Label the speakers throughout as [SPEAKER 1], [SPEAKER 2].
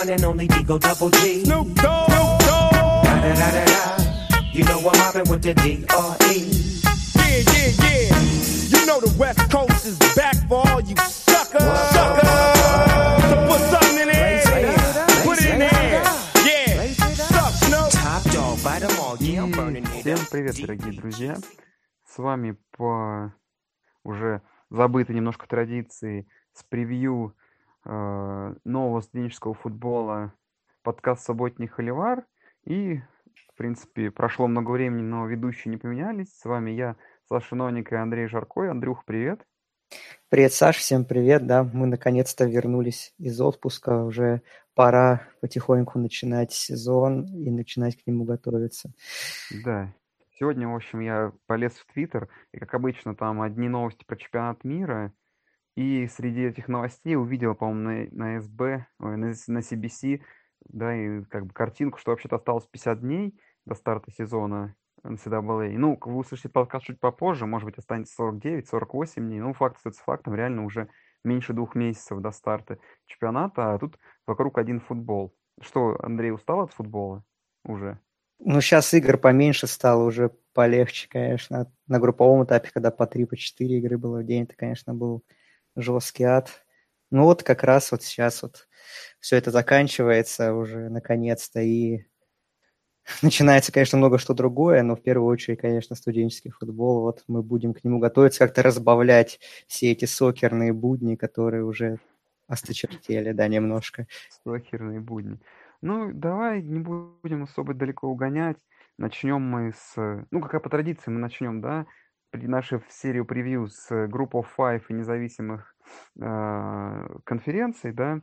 [SPEAKER 1] one and only Digo Double G.
[SPEAKER 2] Snoop Dogg. Snoop Dogg.
[SPEAKER 1] Da da da da da. You know I'm mobbing with the D.R.E.
[SPEAKER 2] Yeah, yeah, yeah. You know the West Coast is back for all you suckers.
[SPEAKER 1] What?
[SPEAKER 2] Suckers. So put something in there. Put it in there. Yeah. Suck, Snoop.
[SPEAKER 1] Top dog, bite them all. Yeah, I'm burning it
[SPEAKER 3] Всем
[SPEAKER 1] up.
[SPEAKER 3] привет, дорогие друзья! С вами по уже забытой немножко традиции с превью нового студенческого футбола подкаст «Субботний холивар». И, в принципе, прошло много времени, но ведущие не поменялись. С вами я, Саша Новник и Андрей Жаркой. Андрюх, привет!
[SPEAKER 4] Привет, Саш, всем привет, да, мы наконец-то вернулись из отпуска, уже пора потихоньку начинать сезон и начинать к нему готовиться.
[SPEAKER 3] Да, сегодня, в общем, я полез в Твиттер, и, как обычно, там одни новости про чемпионат мира, и среди этих новостей увидел, по-моему, на СБ, на CBC, да, и как бы картинку, что вообще-то осталось 50 дней до старта сезона NCAA. Ну, вы услышите подкаст чуть попозже, может быть, останется 49-48 дней. Ну, факт остается фактом, реально уже меньше 2 месяцев до старта чемпионата, а тут вокруг один футбол. Что, Андрей, устал от футбола уже?
[SPEAKER 4] Ну, сейчас игр поменьше стало, уже полегче, конечно. На групповом этапе, когда по 3, по 4 игры было в день, это, конечно, был жесткий ад. Ну, вот как раз вот сейчас вот все это заканчивается уже наконец-то, и начинается, конечно, много что другое, но в первую очередь, конечно, студенческий футбол. Вот мы будем к нему готовиться, как-то разбавлять все эти сокерные будни, которые уже осточертели, да, немножко.
[SPEAKER 3] Сокерные будни. Ну, давай не будем особо далеко угонять. Начнем мы с... Ну, как по традиции, мы начнем, да, нашу серию превью с Group of Five и независимых конференций, да.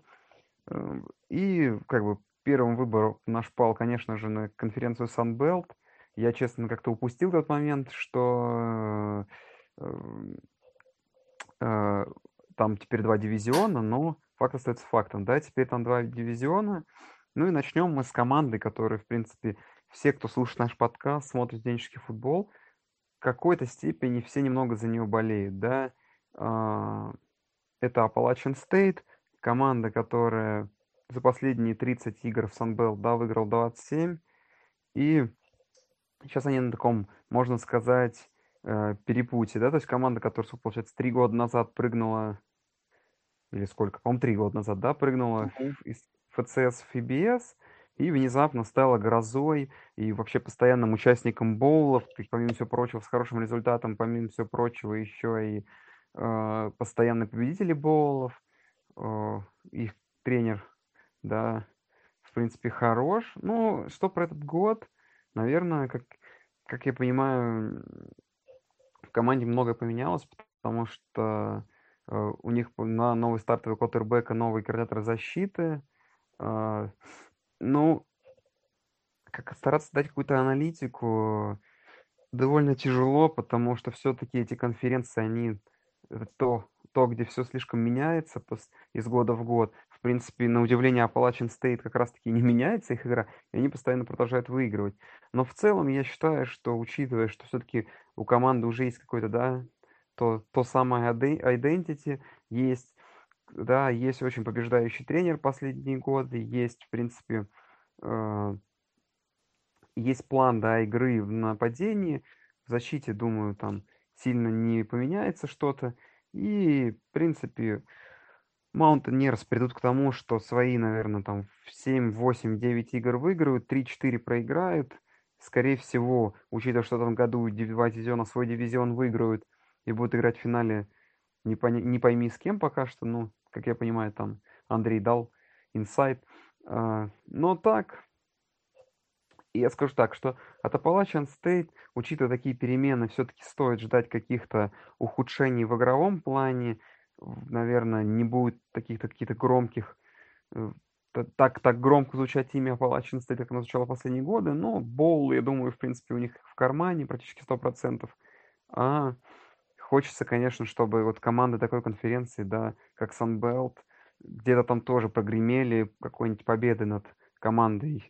[SPEAKER 3] И, как бы, первым выбором наш пал, конечно же, на конференцию Sunbelt. Я, честно, как-то упустил тот момент, что там теперь 2 дивизиона, но факт остается фактом, да, теперь там 2 дивизиона. Ну и начнем мы с команды, которая, в принципе, все, кто слушает наш подкаст, смотрит студенческий футбол, в какой-то степени все немного за нее болеют, да. Это Appalachian State, команда, которая за последние 30 игр в Sunbelt, да, выиграл 27. И сейчас они на таком, можно сказать, перепутье, да, то есть команда, которая, получается, 3 года назад прыгнула, или сколько, по-моему, 3 года назад, да, прыгнула из ФЦС в FBS, и внезапно стала грозой и вообще постоянным участником боулов, помимо всего прочего, с хорошим результатом, помимо всего прочего, еще и постоянные победители боулов. Их тренер, да, в принципе, хорош. Ну, что про этот год? Наверное, как я понимаю, в команде многое поменялось, потому что у них на новый стартовый квотербэк, новый координатор защиты. Ну, как стараться дать какую-то аналитику довольно тяжело, потому что все-таки эти конференции, они то, где все слишком меняется из года в год. В принципе, на удивление, Appalachian State как раз-таки не меняется их игра, и они постоянно продолжают выигрывать. Но в целом я считаю, что, учитывая, что все-таки у команды уже есть какой-то, да, то самое identity, есть, да, есть очень побеждающий тренер последние годы, есть, в принципе, есть план, да, игры в нападении, в защите, думаю, там сильно не поменяется что-то. И, в принципе, Mountaineers придут к тому, что свои, наверное, там в 7, 8, 9 игр выиграют, 3-4 проиграют. Скорее всего, учитывая, что в этом году 2 дивизиона свой дивизион выиграют и будут играть в финале не пойми с кем пока что, ну, как я понимаю, там Андрей дал инсайт. Но так, я скажу так, что от Appalachian State, учитывая такие перемены, все-таки стоит ждать каких-то ухудшений в игровом плане. Наверное, не будет каких-то громких, так громко звучать имя Appalachian State, как оно звучало в последние годы, но боул, я думаю, в принципе, у них в кармане практически 100%. А хочется, конечно, чтобы вот команды такой конференции, да, как Sunbelt, где-то там тоже прогремели какой-нибудь победы над командой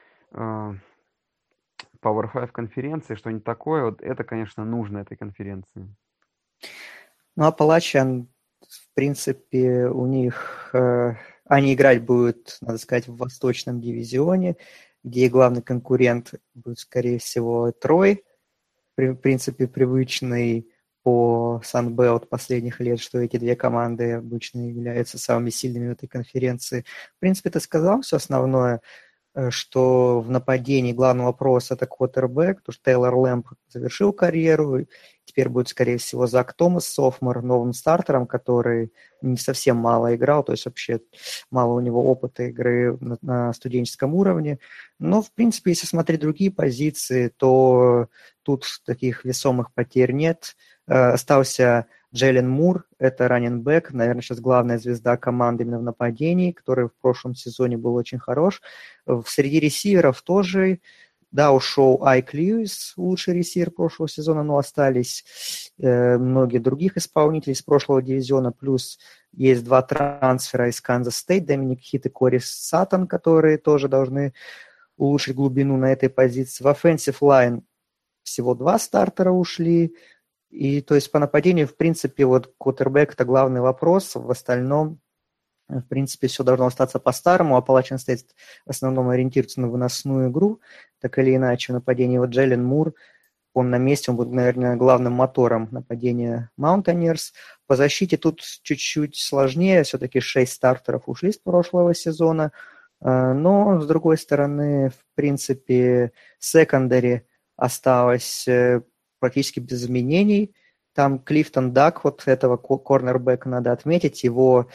[SPEAKER 3] Power 5 конференции, что-нибудь такое, вот это, конечно, нужно этой конференции.
[SPEAKER 4] Ну, Appalachian, в принципе, у них Они играть будут, надо сказать, в Восточном дивизионе, где главный конкурент будет, скорее всего, Трой, в принципе, привычный по Sunbelt последних лет, что эти две команды обычно являются самыми сильными в этой конференции. В принципе, ты сказал все основное, что в нападении главный вопрос – это квотербэк, потому что Тейлор Лэмп завершил карьеру, теперь будет, скорее всего, Зак Томас, софтмор, новым стартером, который не совсем мало играл, то есть вообще мало у него опыта игры на студенческом уровне. Но, в принципе, если смотреть другие позиции, то тут таких весомых потерь нет. Остался Джейлен Мур, это раннинг-бэк, наверное, сейчас главная звезда команды именно в нападении, который в прошлом сезоне был очень хорош. Среди ресиверов тоже, да, ушел Айк Льюис, лучший ресивер прошлого сезона, но остались многие других исполнителей из прошлого дивизиона, плюс есть два трансфера из Канзас Стейт, Доминик Хит и Кори Саттон, которые тоже должны улучшить глубину на этой позиции. В offensive line всего два стартера ушли. И то есть по нападению, в принципе, вот квотербэк – это главный вопрос. В остальном, в принципе, все должно остаться по-старому. Appalachian State в основном ориентируется на выносную игру, так или иначе, в нападении. Вот Джейлен Мур, он на месте, он будет, наверное, главным мотором нападения Mountaineers. По защите тут чуть-чуть сложнее. Все-таки 6 стартеров ушли с прошлого сезона. Но, с другой стороны, в принципе, секондари осталось практически без изменений. Там Клифтон Дак, вот этого корнербэка надо отметить, его,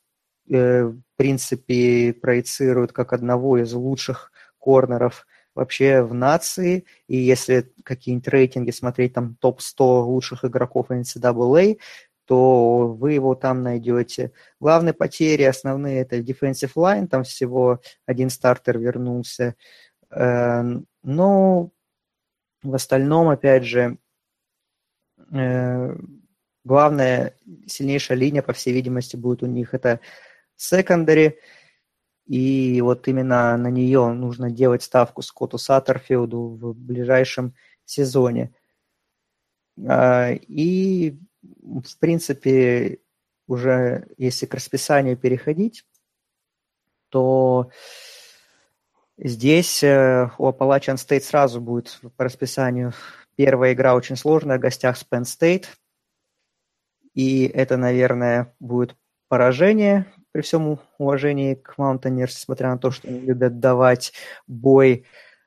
[SPEAKER 4] в принципе, проецируют как одного из лучших корнеров вообще в нации. И если какие-нибудь рейтинги смотреть, там топ-100 лучших игроков NCAA, то вы его там найдете. Главные потери основные – это defensive line, там всего один стартер вернулся. Но в остальном, опять же, главная, сильнейшая линия, по всей видимости, будет у них это secondary, и вот именно на нее нужно делать ставку Скотту Саттерфилду в ближайшем сезоне. И, в принципе, уже если к расписанию переходить, то здесь у Appalachian State сразу будет по расписанию первая игра очень сложная в гостях с Penn State. И это, наверное, будет поражение при всем уважении к Mountaineers, несмотря на то, что они любят давать бой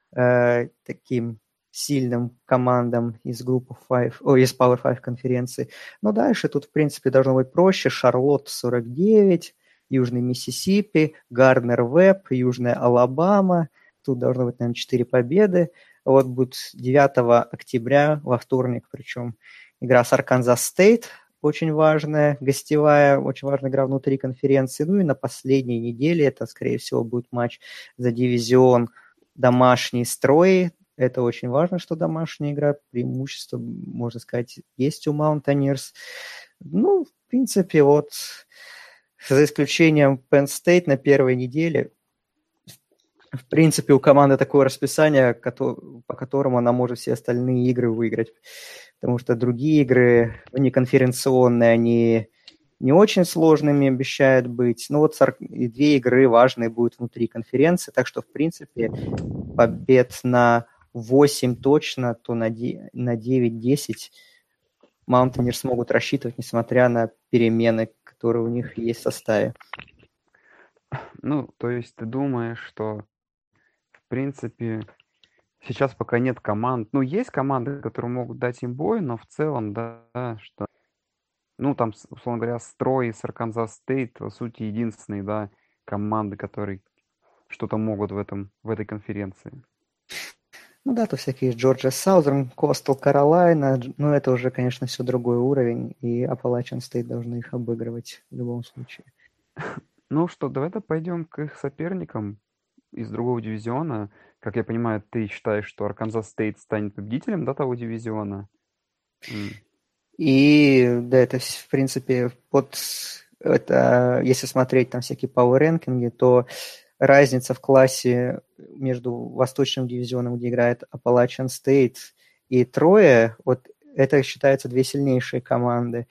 [SPEAKER 4] таким сильным командам из группы 5, из Power 5 конференции. Но дальше тут, в принципе, должно быть проще. Шарлотт 49, Южный Миссисипи, Гарднер Веб, Южная Алабама. Тут должно быть, наверное, 4 победы. Вот будет 9 октября, во вторник, причем игра с Арканзас Стейт, очень важная, гостевая, очень важная игра внутри конференции. Ну и на последней неделе это, скорее всего, будет матч за дивизион домашний с Троей. Это очень важно, что домашняя игра, преимущество, можно сказать, есть у Mountaineers. Ну, в принципе, вот за исключением Penn State на первой неделе, в принципе, у команды такое расписание, по которому она может все остальные игры выиграть. Потому что другие игры внеконференционные, они не очень сложными обещают быть. Ну вот и 2 игры важные будут внутри конференции. Так что, в принципе, побед на 8 точно, то на 9-10 Mountaineers смогут рассчитывать, несмотря на перемены, которые у них есть в составе.
[SPEAKER 3] Ну, то есть ты думаешь, что в принципе сейчас пока нет команд. Ну, есть команды, которые могут дать им бой, но в целом, да, что... Ну, там, условно говоря, Строй и Арканзас Стейт, по сути, единственные, да, команды, которые что-то могут в этой конференции.
[SPEAKER 4] Ну да, то всякие Джорджия Саузерн, Костел Каролайна, ну это уже, конечно, все другой уровень, и Appalachian State должны их обыгрывать в любом случае.
[SPEAKER 3] Ну что, давай-то пойдем к их соперникам из другого дивизиона. Как я понимаю, ты считаешь, что Арканзас Стейт станет победителем, да, того дивизиона?
[SPEAKER 4] И да, это, в принципе, это, если смотреть там всякие power-рэнкинги, то разница в классе между Восточным дивизионом, где играет Appalachian State, и Троя, вот это считается 2 сильнейшие команды.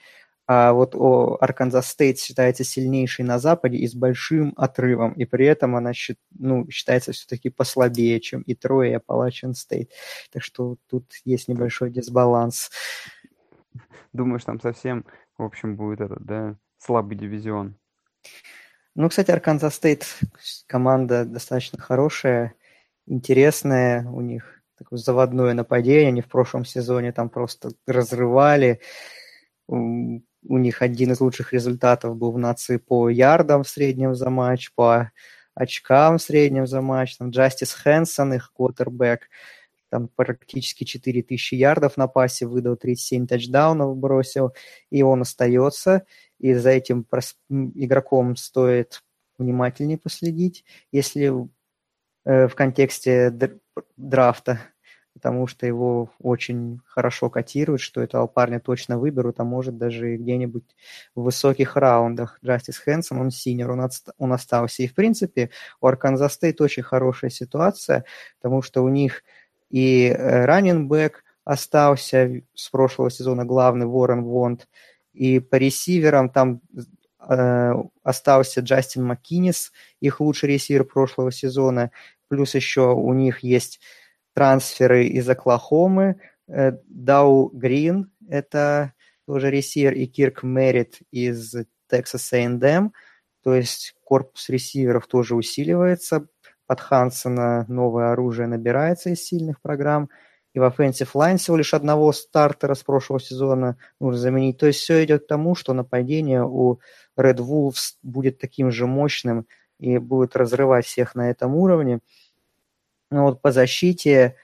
[SPEAKER 4] А вот Арканзас Стейт считается сильнейшей на Западе и с большим отрывом, и при этом она считается все-таки послабее, чем и Трой, и Appalachian State. Так что тут есть небольшой дисбаланс.
[SPEAKER 3] Думаешь, там совсем, в общем, будет слабый дивизион?
[SPEAKER 4] Ну, кстати, Арканзас Стейт команда достаточно хорошая, интересная, у них такое заводное нападение, они в прошлом сезоне там просто разрывали. У них один из лучших результатов был в нации по ярдам в среднем за матч, по очкам в среднем за матч. Там Джастис Хэнсон, их квотербэк, там практически 4000 ярдов на пасе выдал, 37 тачдаунов бросил, и он остается. И за этим игроком стоит внимательнее последить, если в контексте драфта, потому что его очень хорошо котируют, что этого парня точно выберут, а может даже и где-нибудь в высоких раундах. Джастис Хэнсон, он синер, он остался. И в принципе у Арканзас Стейт очень хорошая ситуация, потому что у них и раннинг-бэк остался с прошлого сезона, главный Уоррен Вонт, и по ресиверам там остался Джастин Маккинис, их лучший ресивер прошлого сезона, плюс еще у них есть трансферы из Оклахомы, Дау Грин, это тоже ресивер, и Кирк Мерритт из Texas A&M, то есть корпус ресиверов тоже усиливается, под Хансона новое оружие набирается из сильных программ, и в offensive line всего лишь одного стартера с прошлого сезона нужно заменить. То есть все идет к тому, что нападение у Red Wolves будет таким же мощным и будет разрывать всех на этом уровне. Но вот по защите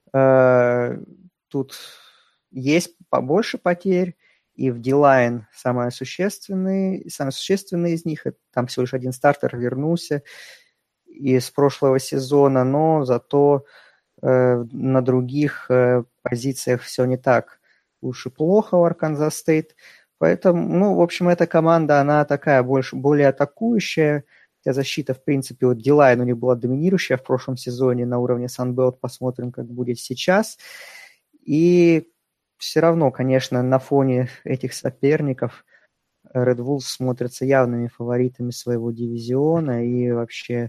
[SPEAKER 4] тут есть побольше потерь, и в D-line самые существенные из них, там всего лишь один стартер вернулся из прошлого сезона, но зато на других позициях все не так уж и плохо у Арканзас Стейт. Поэтому, в общем, эта команда, она такая более атакующая. Хотя защита, в принципе, вот D-line у них была доминирующая в прошлом сезоне на уровне Sunbelt. Посмотрим, как будет сейчас. И все равно, конечно, на фоне этих соперников Red Wolves смотрятся явными фаворитами своего дивизиона. И вообще,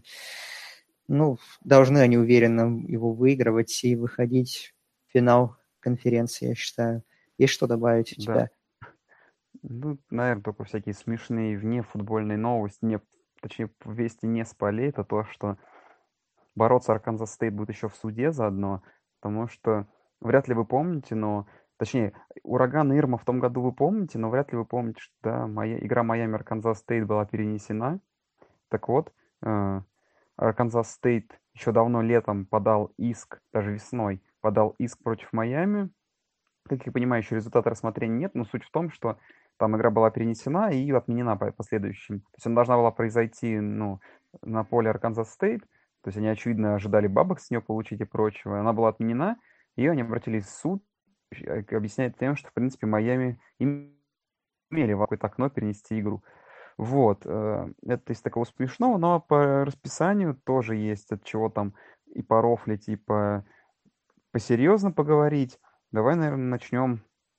[SPEAKER 4] должны они уверенно его выигрывать и выходить в финал конференции, я считаю. Есть что добавить у тебя?
[SPEAKER 3] Наверное, только всякие смешные внефутбольные новости, точнее, вести не с полей, это то, что бороться Арканзас Стейт будет еще в суде заодно, потому что вряд ли вы помните, точнее, ураган Ирма в том году вы помните, но вряд ли вы помните, что игра Майами-Арканзас Стейт была перенесена. Так вот, Арканзас Стейт еще давно летом подал иск, даже весной, подал иск против Майами. Как я понимаю, еще результата рассмотрения нет, но суть в том, что там игра была перенесена и отменена по последующим. То есть она должна была произойти, на поле Арканзас Стейт. То есть они, очевидно, ожидали бабок с нее получить и прочего. Она была отменена, и они обратились в суд, объясняя тем, что, в принципе, Майами имели в какое-то окно перенести игру. Вот. Это из такого смешного, но по расписанию тоже есть от чего там и порофлить, и посерьезно поговорить. Давай, наверное, начнем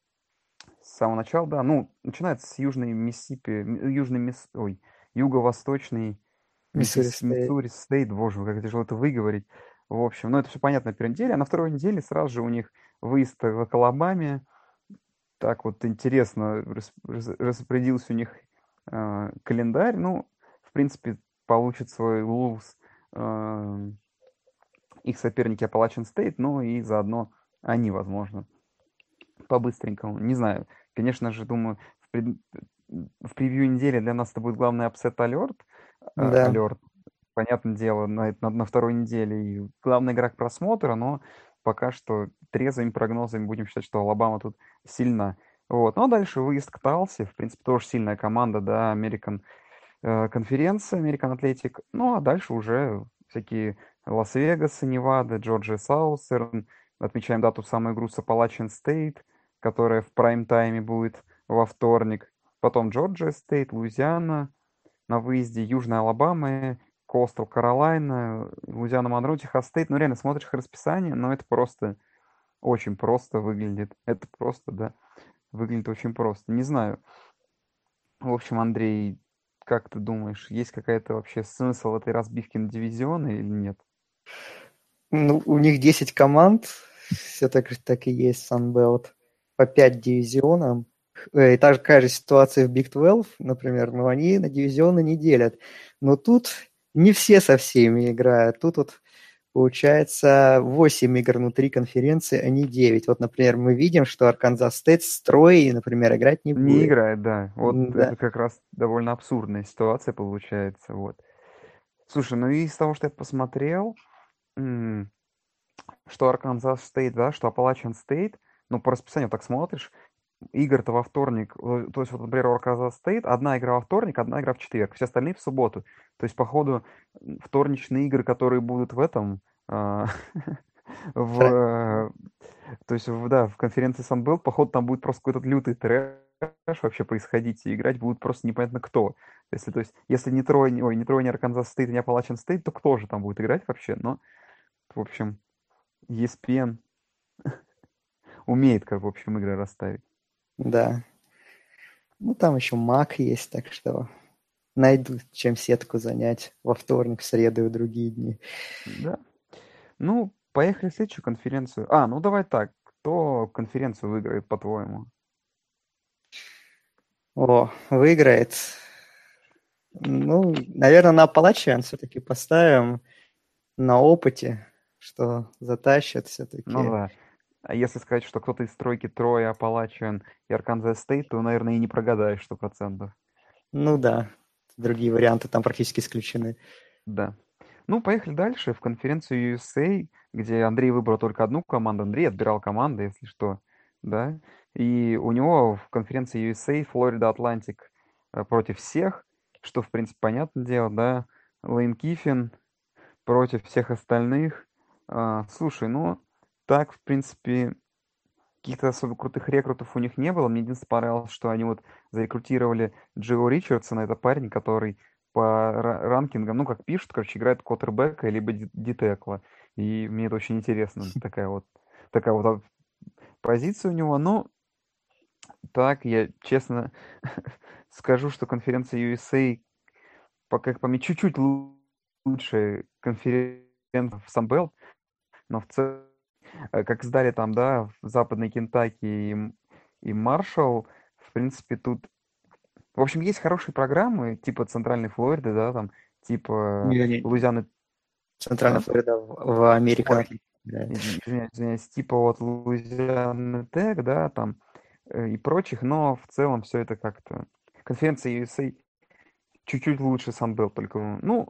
[SPEAKER 3] с самого начала. Да, начинается с южной Миссисипи, юго-восточный Миссури Стейт. Боже мой, как тяжело это выговорить. В общем, это все понятно на первой неделе. А на второй неделе сразу же у них выезд в Алабаме. Так вот интересно распорядился у них календарь. В принципе, получит свой луз их соперники Appalachian State, и заодно они, возможно, по-быстренькому. Не знаю. Конечно же, думаю, в превью недели для нас это будет главный апсет алерт.
[SPEAKER 4] Да.
[SPEAKER 3] Алерт, понятное дело, на второй неделе. И главный игрок просмотра, но пока что трезвыми прогнозами будем считать, что Алабама тут сильна. Вот. Ну, а дальше выезд к Талсе. В принципе, тоже сильная команда, да, American конференция, American Athletic. Ну, а дальше уже всякие Лас-Вегас, Невада, Джорджия Саусерн. Отмечаем дату самой игру с Appalachian State, которая в прайм-тайме будет во вторник. Потом Джорджия Стейт, Луизиана на выезде, Южная Алабама, Костел Каролайна, Луизиана Монро, Техас Стейт. Реально смотришь их расписание, но это просто очень просто выглядит. Это просто, да, выглядит очень просто. Не знаю. В общем, Андрей, как ты думаешь, есть какая-то вообще смысл в этой разбивке на дивизионы или нет?
[SPEAKER 4] Ну, у них 10 команд, все так и есть, Sunbelt, по 5 дивизионам. И такая же ситуация в Big 12, например, но они на дивизионы не делят. Но тут не все со всеми играют. Тут вот получается 8 игр внутри конференции, а не 9. Вот, например, мы видим, что Arkansas State с Трой, например, играть не
[SPEAKER 3] Не
[SPEAKER 4] будет.
[SPEAKER 3] играет, да. Вот
[SPEAKER 4] Да.
[SPEAKER 3] это как раз довольно абсурдная ситуация получается. Вот. Слушай, ну и из того, что я посмотрел, м, что Arkansas State, да, что Appalachian State, ну, по расписанию так смотришь, игр-то во вторник, то есть, вот, например, у Arkansas State одна игра во вторник, одна игра в четверг, все остальные в субботу. То есть, по ходу, вторничные игры, которые будут в этом, а, в, то есть, да, в конференции Sunbelt, походу, там будет просто какой-то лютый трэш вообще происходить, и играть будут просто непонятно кто. Если, то есть, если не Трой, ой, не Трой, не Arkansas State, не Appalachian State, то кто же там будет играть вообще? Но, в общем, ESPN умеет, как, в общем, игры расставить.
[SPEAKER 4] Да. Ну, там еще Мак есть, так что найду, чем сетку занять во вторник, в среду и в другие дни.
[SPEAKER 3] Да. Ну, поехали в следующую конференцию. А, ну давай так. Кто конференцию выиграет, по-твоему?
[SPEAKER 4] О, выиграет. Ну, наверное, на Appalachian все-таки поставим на опыте, что затащат
[SPEAKER 3] Ну
[SPEAKER 4] все-таки.
[SPEAKER 3] да. А если сказать, что кто-то из тройки Троя, Appalachian и Arkansas State, то, наверное, и не прогадаешь 100%.
[SPEAKER 4] Ну да, другие варианты там практически исключены.
[SPEAKER 3] Да. Ну, поехали дальше в конференцию USA, где Андрей выбрал только одну команду. Андрей отбирал команды, если что, да. И у него в конференции USA Флорида Атлантик против всех, что, в принципе, понятное дело, да. Лейн Киффин против всех остальных. Слушай, ну, так, в принципе, каких-то особо крутых рекрутов у них не было. Мне единственное понравилось, что они вот зарекрутировали Джио Ричардсона. Это парень, который по ранкингам, ну, как пишут, короче, играет квотербека либо дитекла. И мне это очень интересно. Такая вот позиция у него. Ну, так, я честно скажу, что конференция USA, как по мне, чуть-чуть лучше конференция в Sunbelt, но в целом, как сдали там, да, в Западной Кентаки и Маршалл, в принципе, тут... В общем, есть хорошие программы, типа Центральной Флориды, да, там, типа
[SPEAKER 4] Не,
[SPEAKER 3] Луизианы...
[SPEAKER 4] Центральная
[SPEAKER 3] А?
[SPEAKER 4] Флорида в Американ
[SPEAKER 3] Ой,
[SPEAKER 4] Атлантик играет.
[SPEAKER 3] извиняюсь, типа вот Луизианы Тек, да, там, и прочих, но в целом все это как-то... Конференция USA чуть-чуть лучше Sunbelt, только, ну,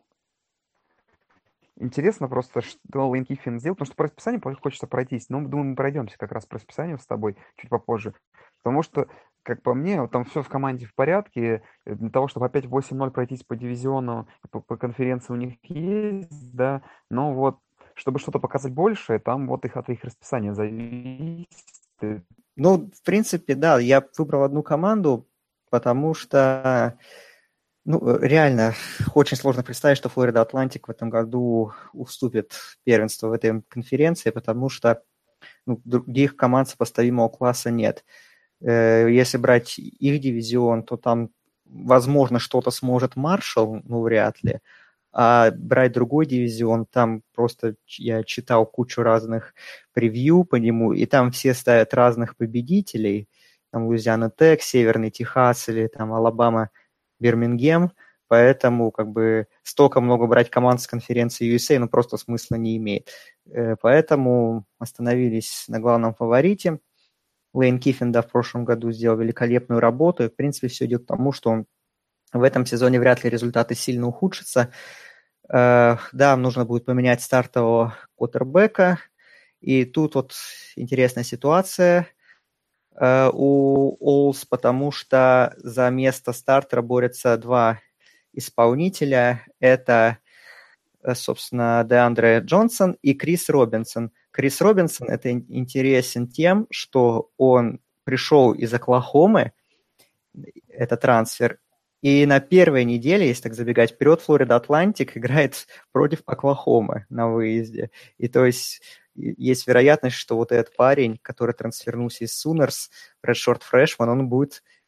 [SPEAKER 3] интересно просто, что Лейн Киффин сделал, потому что по расписанию хочется пройтись. Но, думаю, мы пройдемся как раз по расписанию с тобой чуть попозже. Потому что, как по мне, вот там все в команде в порядке. Для того, чтобы опять 8-0 пройтись по дивизиону, по конференции у них есть, да. Но вот, чтобы что-то показать большее, там вот их от их расписания зависит.
[SPEAKER 4] Ну, в принципе, да, я выбрал одну команду, потому что, ну, реально, очень сложно представить, что Флорида Атлантик в этом году уступит первенство в этой конференции, потому что других команд сопоставимого класса нет. Если брать их дивизион, то там, возможно, что-то сможет Маршалл, ну, вряд ли. А брать другой дивизион, там просто я читал кучу разных превью по нему, и там все ставят разных победителей. Там Луизиана Тек, Северный Техас или там Алабама, Бирмингем. Поэтому как бы столько много брать команд с конференции USA, ну, просто смысла не имеет. Поэтому остановились на главном фаворите. Лейн Киффин, да, в прошлом году сделал великолепную работу, и, в принципе, все идет к тому, что в этом сезоне вряд ли результаты сильно ухудшатся. Да, нужно будет поменять стартового квотербека, и тут вот интересная ситуация у Олс, потому что за место стартера борются два исполнителя. Это, собственно, Деандре Джонсон и Крис Робинсон. Крис Робинсон это интересен тем, что он пришел из Оклахомы, это трансфер, и на первой неделе, если так забегать вперед, Флорида Атлантик играет против Оклахомы на выезде. И то есть есть вероятность, что вот этот парень, который трансфернулся из Сунерс, Редшорт Фрешман, он будет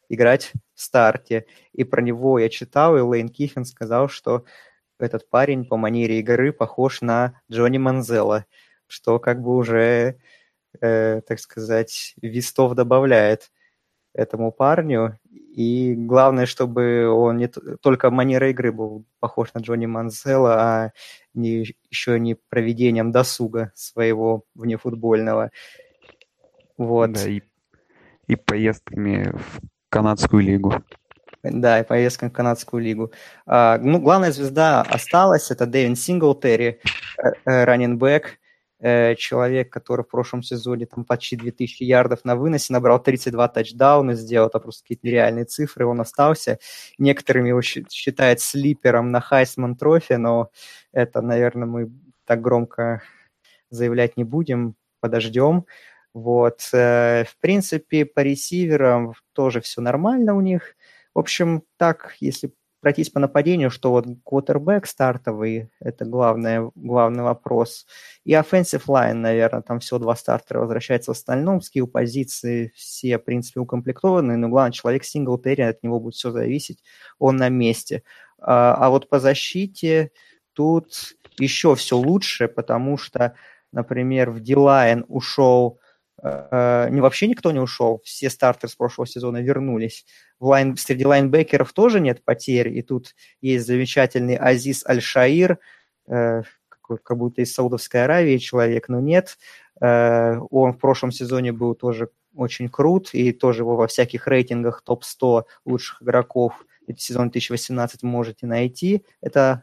[SPEAKER 4] играть в старте. И про него я читал, и Лейн Киффин сказал, что этот парень по манере игры похож на Джонни Манзелла, что как бы уже, так сказать, вестов добавляет этому парню. И главное, чтобы он не только манерой игры был похож на Джонни Манзелла, а еще не проведением досуга своего внефутбольного. Вот.
[SPEAKER 3] Да, и поездками в канадскую лигу.
[SPEAKER 4] Да, и поездка в канадскую лигу. Главная звезда осталась, это Дэвин Синглтери, раннинбэк, человек, который в прошлом сезоне там почти 2000 ярдов на выносе, набрал 32 тачдауна, сделал это просто какие-то нереальные цифры, он остался. Некоторыми его считают слипером на Хайсман Трофи, но это, наверное, мы так громко заявлять не будем, подождем. Вот. В принципе, по ресиверам тоже все нормально у них. В общем, так, если пройтись по нападению, что вот квотербэк стартовый, это главный вопрос. И offensive line, наверное, там всего 2 стартера возвращается в остальном. Скилл-позиции все, в принципе, укомплектованы, но главное, человек Синглтери, от него будет все зависеть, он на месте. А вот по защите тут еще все лучше, потому что, например, в D-line ушел вообще никто не ушел, все стартеры с прошлого сезона вернулись. Среди лайнбекеров тоже нет потерь, и тут есть замечательный Азиз Аль-Шаир, как будто из Саудовской Аравии человек, но нет. Он в прошлом сезоне был тоже очень крут, и тоже его во всяких рейтингах топ-100 лучших игроков сезон 2018 можете найти. Это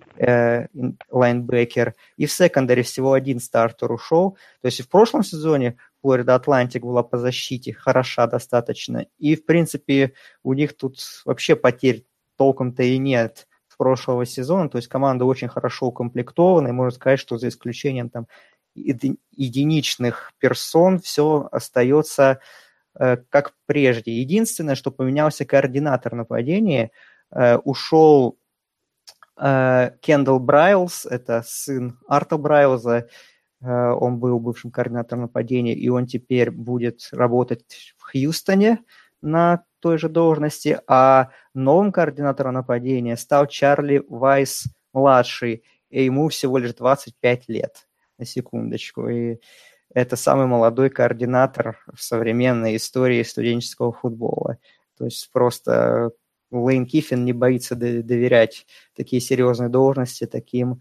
[SPEAKER 4] лайнбекер. И в секондаре всего 1 стартер ушел. То есть и в прошлом сезоне Флорида Атлантик была по защите хороша достаточно. И, в принципе, у них тут вообще потерь толком-то и нет с прошлого сезона. То есть команда очень хорошо укомплектована. И можно сказать, что за исключением там единичных персон все остается как прежде. Единственное, что поменялся координатор нападения. Ушел Кендалл Брайлс, это сын Арта Брайлза, он был бывшим координатором нападения, и он теперь будет работать в Хьюстоне на той же должности, а новым координатором нападения стал Чарли Вайс-младший, и ему всего лишь 25 лет, на секундочку, и это самый молодой координатор в современной истории студенческого футбола. То есть просто Лейн Киффин не боится доверять такие серьезные должности таким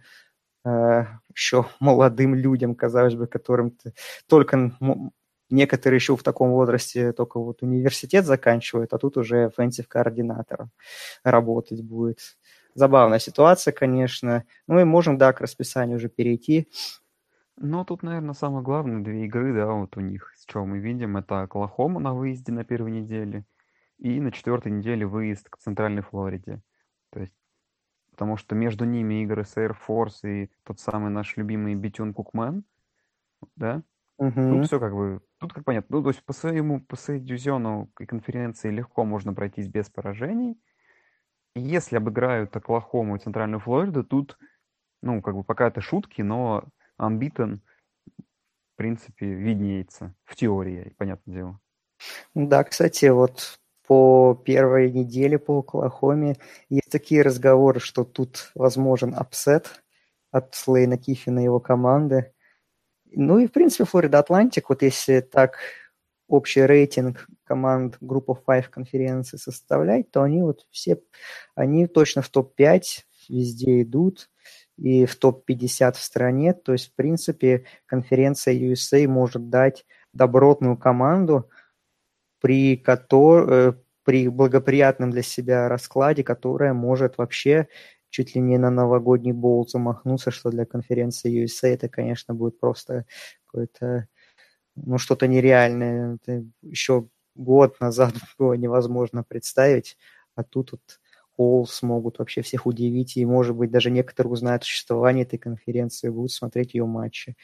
[SPEAKER 4] еще молодым людям, казалось бы, которым только некоторые еще в таком возрасте только вот университет заканчивают, а тут уже offensive координатором работать будет. Забавная ситуация, конечно. Ну и можем, да, к расписанию уже перейти.
[SPEAKER 3] Ну, тут, наверное, самое главное, 2 игры, да, вот у них, с чего мы видим, это Оклахома на выезде на первой неделе, и на 4-й неделе выезд к Центральной Флориде. То есть, потому что между ними игры с Air Force и тот самый наш любимый Бетюн-Кукмен, да? Тут все как бы, тут как понятно. Ну, то есть по своей дивизиону и конференции легко можно пройтись без поражений. И если обыграют Оклахому и Центральную Флориду, тут, ну, как бы пока это шутки, но unbeaten, в принципе, виднеется. В теории, понятное дело.
[SPEAKER 4] Да, кстати, вот по первой неделе по Оклахоме есть такие разговоры, что тут возможен апсет от Лейна Киффина и его команды. Ну и, в принципе, Флорида Атлантик, вот если так общий рейтинг команд Group of Five конференции составлять, то они вот все, они точно в топ-5 везде идут и в топ-50 в стране. То есть, в принципе, конференция USA может дать добротную команду, при благоприятном для себя раскладе, которая может вообще чуть ли не на новогодний боул замахнуться, что для конференции USA это, конечно, будет просто какое-то, ну, что-то нереальное. Это еще год назад было невозможно представить, а тут вот Колс могут вообще всех удивить, и, может быть, даже некоторые узнают о существовании этой конференции и будут смотреть ее матчи.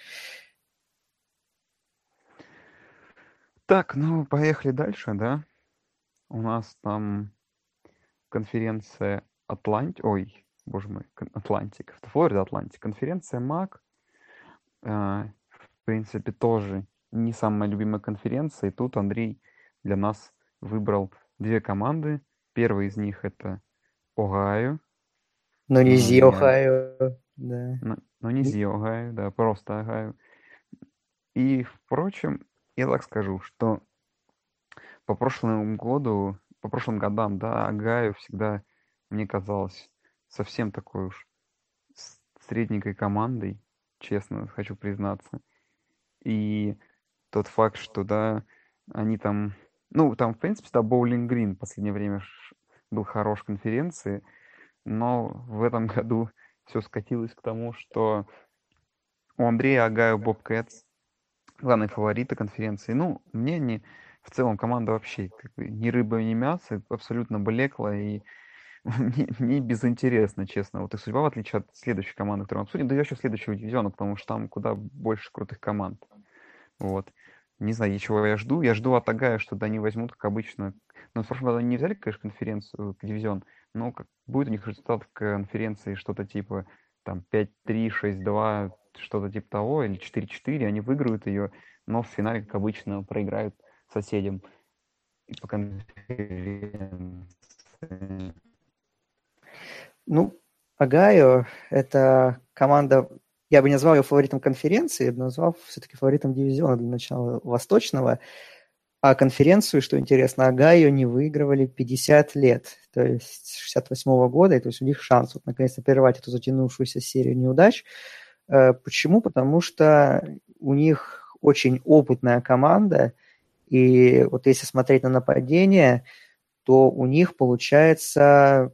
[SPEAKER 3] Так, ну, поехали дальше, да? У нас там конференция Атлантик, Флорида Атлантик, конференция МАК, в принципе, тоже не самая любимая конференция, и тут Андрей для нас выбрал две команды. Первая из них это Огайо.
[SPEAKER 4] Но не
[SPEAKER 3] Ну, не,
[SPEAKER 4] Ohio, да.
[SPEAKER 3] но не Зи Огайо, да, просто Огайо. И, впрочем, я так скажу, что по прошлым годам, да, Огайо всегда мне казалось совсем такой уж средненькой командой, честно хочу признаться. И тот факт, что, да, они там... Ну, там, в принципе, да, Боулинг Грин в последнее время был хорош в конференции, но в этом году все скатилось к тому, что у Андрея Агаю Бобкэтс главные фавориты конференции. Ну, мне не... В целом команда вообще как бы, ни рыба, ни мясо, абсолютно блекла, и мне безинтересно, честно. Вот их судьба, в отличие от следующей команды, которую мы обсудим, да и вообще следующего дивизиона, потому что там куда больше крутых команд. Вот. Не знаю, чего я жду. Я жду от Агая, что да, они возьмут, как обычно. Ну, в прошлом году они не взяли, конечно, конференцию, дивизион, но как будет у них результат в конференции что-то типа там 5-3, 6-2, что-то типа того, или 4-4, они выиграют ее, но в финале, как обычно, проиграют соседям по конференции.
[SPEAKER 4] Ну, Огайо — это команда, я бы не назвал ее фаворитом конференции, я бы назвал все-таки фаворитом дивизиона для начала Восточного. А конференцию, что интересно, Огайо не выигрывали 50 лет, то есть с 68 года, и то есть у них шанс вот наконец-то прервать эту затянувшуюся серию неудач. Почему? Потому что у них очень опытная команда, и вот если смотреть на нападение, то у них получается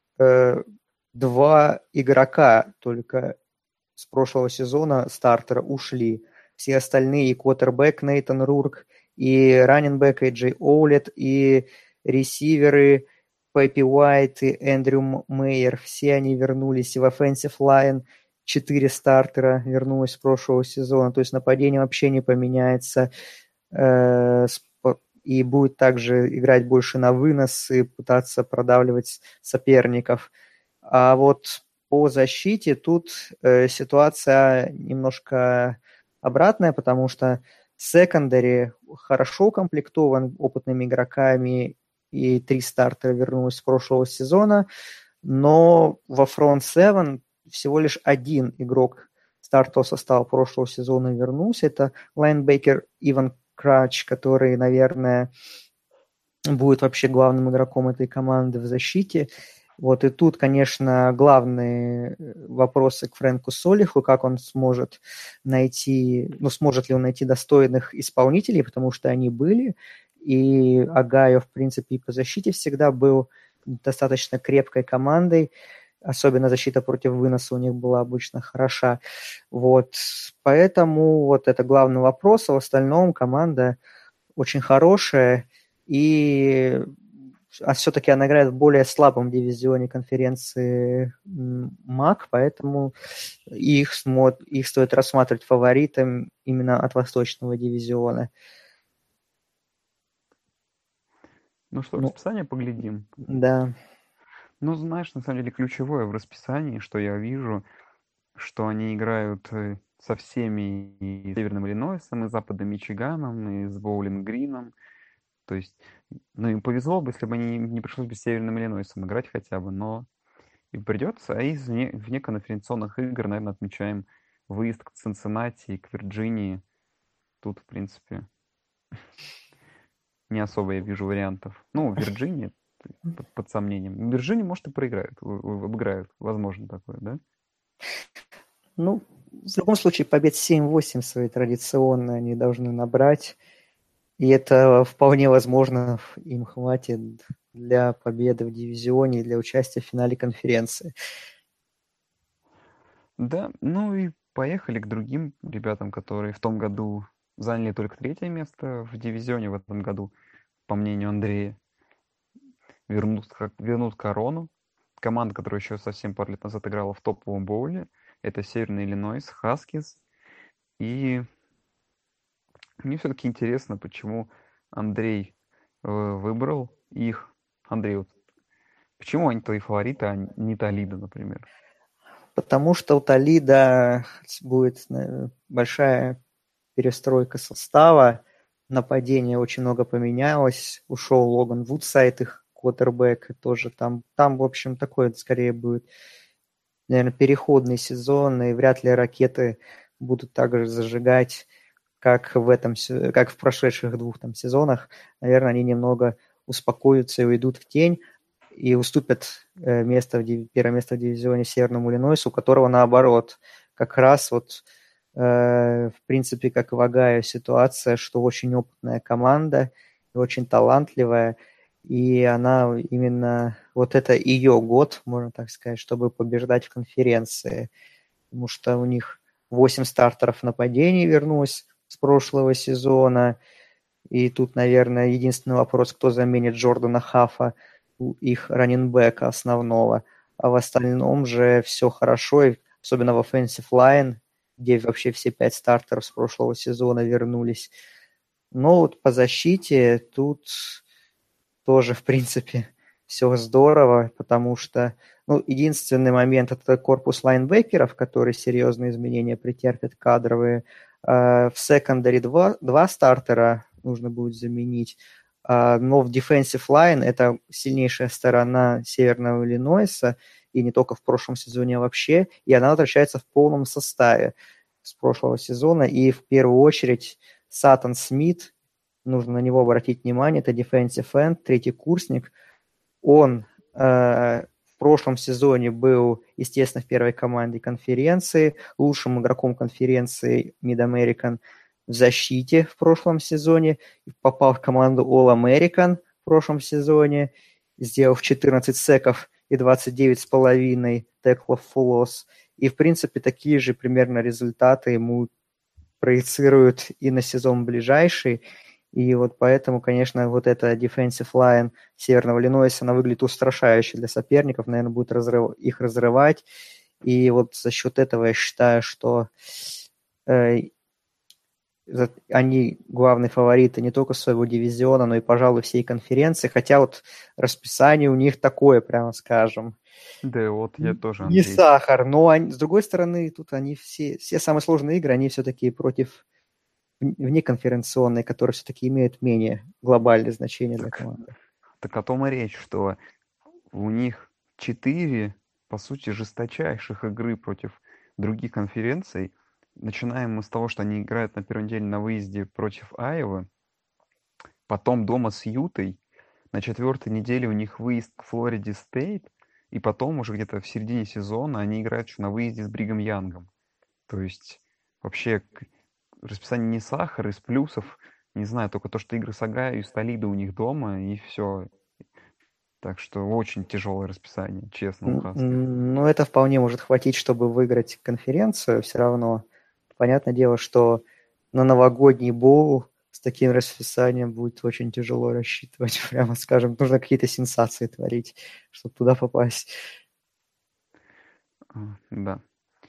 [SPEAKER 4] 2 игрока только с прошлого сезона стартера ушли. Все остальные, и квотербэк Нейтан Рурк, и раннинбэк Джей Оулет, и ресиверы Пеппи Уайт и Эндрю Мейер, все они вернулись, и в offensive line 4 стартера вернулось с прошлого сезона, то есть нападение вообще не поменяется, и будет также играть больше на вынос и пытаться продавливать соперников. А вот по защите тут ситуация немножко обратная, потому что секондари хорошо укомплектован опытными игроками, и 3 стартера вернулось с прошлого сезона, но во Front Seven всего лишь 1 игрок стартового состава прошлого сезона вернулся. Это лайнбекер Иван Крач, который, наверное, будет вообще главным игроком этой команды в защите. Вот и тут, конечно, главные вопросы к Фрэнку Солиху, как он сможет найти, ну, сможет ли он найти достойных исполнителей, потому что они были, и Огайо, в принципе, и по защите всегда был достаточно крепкой командой, особенно защита против выноса у них была обычно хороша. Вот, поэтому вот это главный вопрос, а в остальном команда очень хорошая, и все-таки она играет в более слабом дивизионе конференции МАК, поэтому их стоит рассматривать фаворитом именно от восточного дивизиона.
[SPEAKER 3] Ну что, расписание поглядим.
[SPEAKER 4] Да.
[SPEAKER 3] Ну, знаешь, на самом деле ключевое в расписании, что я вижу, что они играют со всеми, и Северным Иллинойсом, и Западным Мичиганом, и с Боулинг Грином. То есть, ну, им повезло бы, если бы они не пришлось бы с Северным Иллинойсом играть хотя бы, но им придется. А из вне конференционных игр, наверное, отмечаем выезд к Цинциннати и к Вирджинии. Тут, в принципе, не особо я вижу вариантов. Ну, Вирджиния под сомнением. Вирджиния, может, и проиграют, обыграют. Возможно такое, да?
[SPEAKER 4] Ну, в любом случае, побед 7-8 свои традиционно они должны набрать. И это вполне возможно, им хватит для победы в дивизионе и для участия в финале конференции.
[SPEAKER 3] Да, ну и поехали к другим ребятам, которые в том году заняли только 3-е место в дивизионе в этом году, по мнению Андрея. Вернут корону. Команда, которая еще совсем пару лет назад играла в топовом боуле, это Северный Иллинойс, Хаскис. И мне все-таки интересно, почему Андрей выбрал их. Андрей, вот почему они твои фавориты, а не Толидо, например?
[SPEAKER 4] Потому что у Толидо будет большая перестройка состава, нападение очень много поменялось. Ушел Логан Вудсайд, их квотербэк, тоже там, в общем, такой скорее будет, наверное, переходный сезон, и вряд ли ракеты будут так же зажигать, как в прошедших 2 сезонах. Наверное, они немного успокоятся и уйдут в тень, и уступят первое место в дивизионе Северному Иллинойсу, у которого наоборот, как раз вот в принципе, как в Огайо ситуация, что очень опытная команда, очень талантливая, и она именно, вот это ее год, можно так сказать, чтобы побеждать в конференции, потому что у них 8 стартеров нападений вернулось с прошлого сезона, и тут, наверное, единственный вопрос, кто заменит Джордана Хафа, их раннинбека основного, а в остальном же все хорошо, и особенно в offensive line, где вообще все 5 стартеров с прошлого сезона вернулись. Но вот по защите тут тоже, в принципе, все здорово, потому что единственный момент – это корпус лайнбекеров, которые серьезные изменения претерпят кадровые. В секондаре 2 стартера нужно будет заменить, но в defensive line это сильнейшая сторона Северного Иллинойса, и не только в прошлом сезоне, а вообще, и она возвращается в полном составе с прошлого сезона, и в первую очередь Сатан Смит, нужно на него обратить внимание, это defensive end, 3-й курсник, он в прошлом сезоне был, естественно, в первой команде конференции, лучшим игроком конференции Mid-American в защите в прошлом сезоне, попал в команду All-American в прошлом сезоне, сделав 14 секов и 29,5 теклов for loss. И, в принципе, такие же примерно результаты ему проецируют и на сезон ближайший. И вот поэтому, конечно, вот эта defensive line Северного Иллинойса, она выглядит устрашающе для соперников, наверное, будет их разрывать. И вот за счет этого я считаю, что они главные фавориты не только своего дивизиона, но и, пожалуй, всей конференции. Хотя вот расписание у них такое, прямо скажем.
[SPEAKER 3] Да, вот я тоже,
[SPEAKER 4] Не
[SPEAKER 3] Андрей.
[SPEAKER 4] сахар, но с другой стороны, тут они все самые сложные игры, они все-таки против внеконференционные, которые все-таки имеют менее глобальное значение для команды.
[SPEAKER 3] Так о том и речь, что у них 4, по сути, жесточайших игры против других конференций. Начинаем мы с того, что они играют на первой неделе на выезде против Айовы, потом дома с Ютой, на 4-й неделе у них выезд к Флориде Стейт, и потом уже где-то в середине сезона они играют еще на выезде с Бригам Янгом. То есть вообще расписание не сахар, из плюсов, не знаю, только то, что игры с Огайо и с Толидо у них дома, и все. Так что очень тяжелое расписание, честно, ужасно.
[SPEAKER 4] Это вполне может хватить, чтобы выиграть конференцию все равно. Понятное дело, что на новогодний боул с таким расписанием будет очень тяжело рассчитывать, прямо скажем. Нужно какие-то сенсации творить, чтобы туда попасть.
[SPEAKER 3] Да.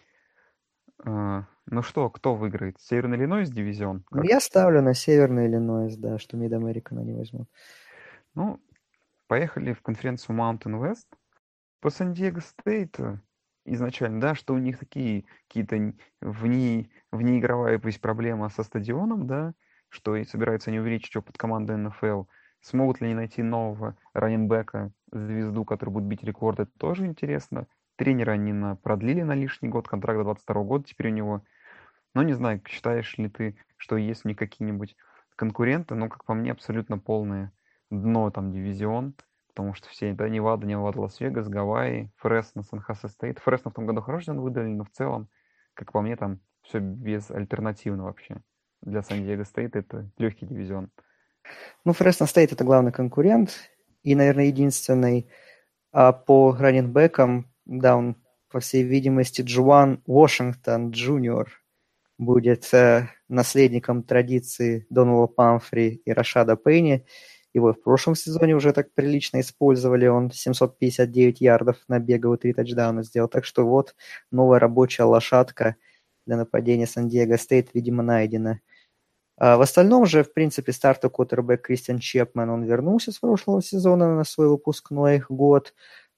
[SPEAKER 3] Ну что, кто выиграет? Северный Иллинойс дивизион?
[SPEAKER 4] Я ставлю на Северный Иллинойс, да, что Mid-American они возьмут.
[SPEAKER 3] Поехали в конференцию Mountain West. По Сан-Диего Стейт изначально, да, что у них такие какие-то внеигровая проблема со стадионом, да, что и собираются они увеличить опыт команды НФЛ. Смогут ли они найти нового раннинбека, звезду, который будет бить рекорды, это тоже интересно. Тренера они продлили на лишний год, контракт до 22 года теперь у него. Но не знаю, считаешь ли ты, что есть у них какие-нибудь конкуренты, но, как по мне, абсолютно полное дно там дивизион, потому что все, да, Невада, Лас-Вегас, Гавайи, Фресно, Сан-Хосе Стейт. Фресно в том году хороший сезон выдали, но в целом, как по мне, там все безальтернативно вообще. Для Сан-Диего Стейт это легкий дивизион.
[SPEAKER 4] Фресно Стейт это главный конкурент и, наверное, единственный. А по раннинбекам, да, он, по всей видимости, Джуан Вашингтон Джуниор будет наследником традиции Донала Памфри и Рашада Пейни. Его в прошлом сезоне уже так прилично использовали. Он 759 ярдов набегал и 3 тачдауна сделал. Так что вот новая рабочая лошадка для нападения Сан-Диего Стейт, видимо, найдена. А в остальном же, в принципе, стартовый квотербэк Кристиан Чепмен, он вернулся с прошлого сезона на свой выпускной год.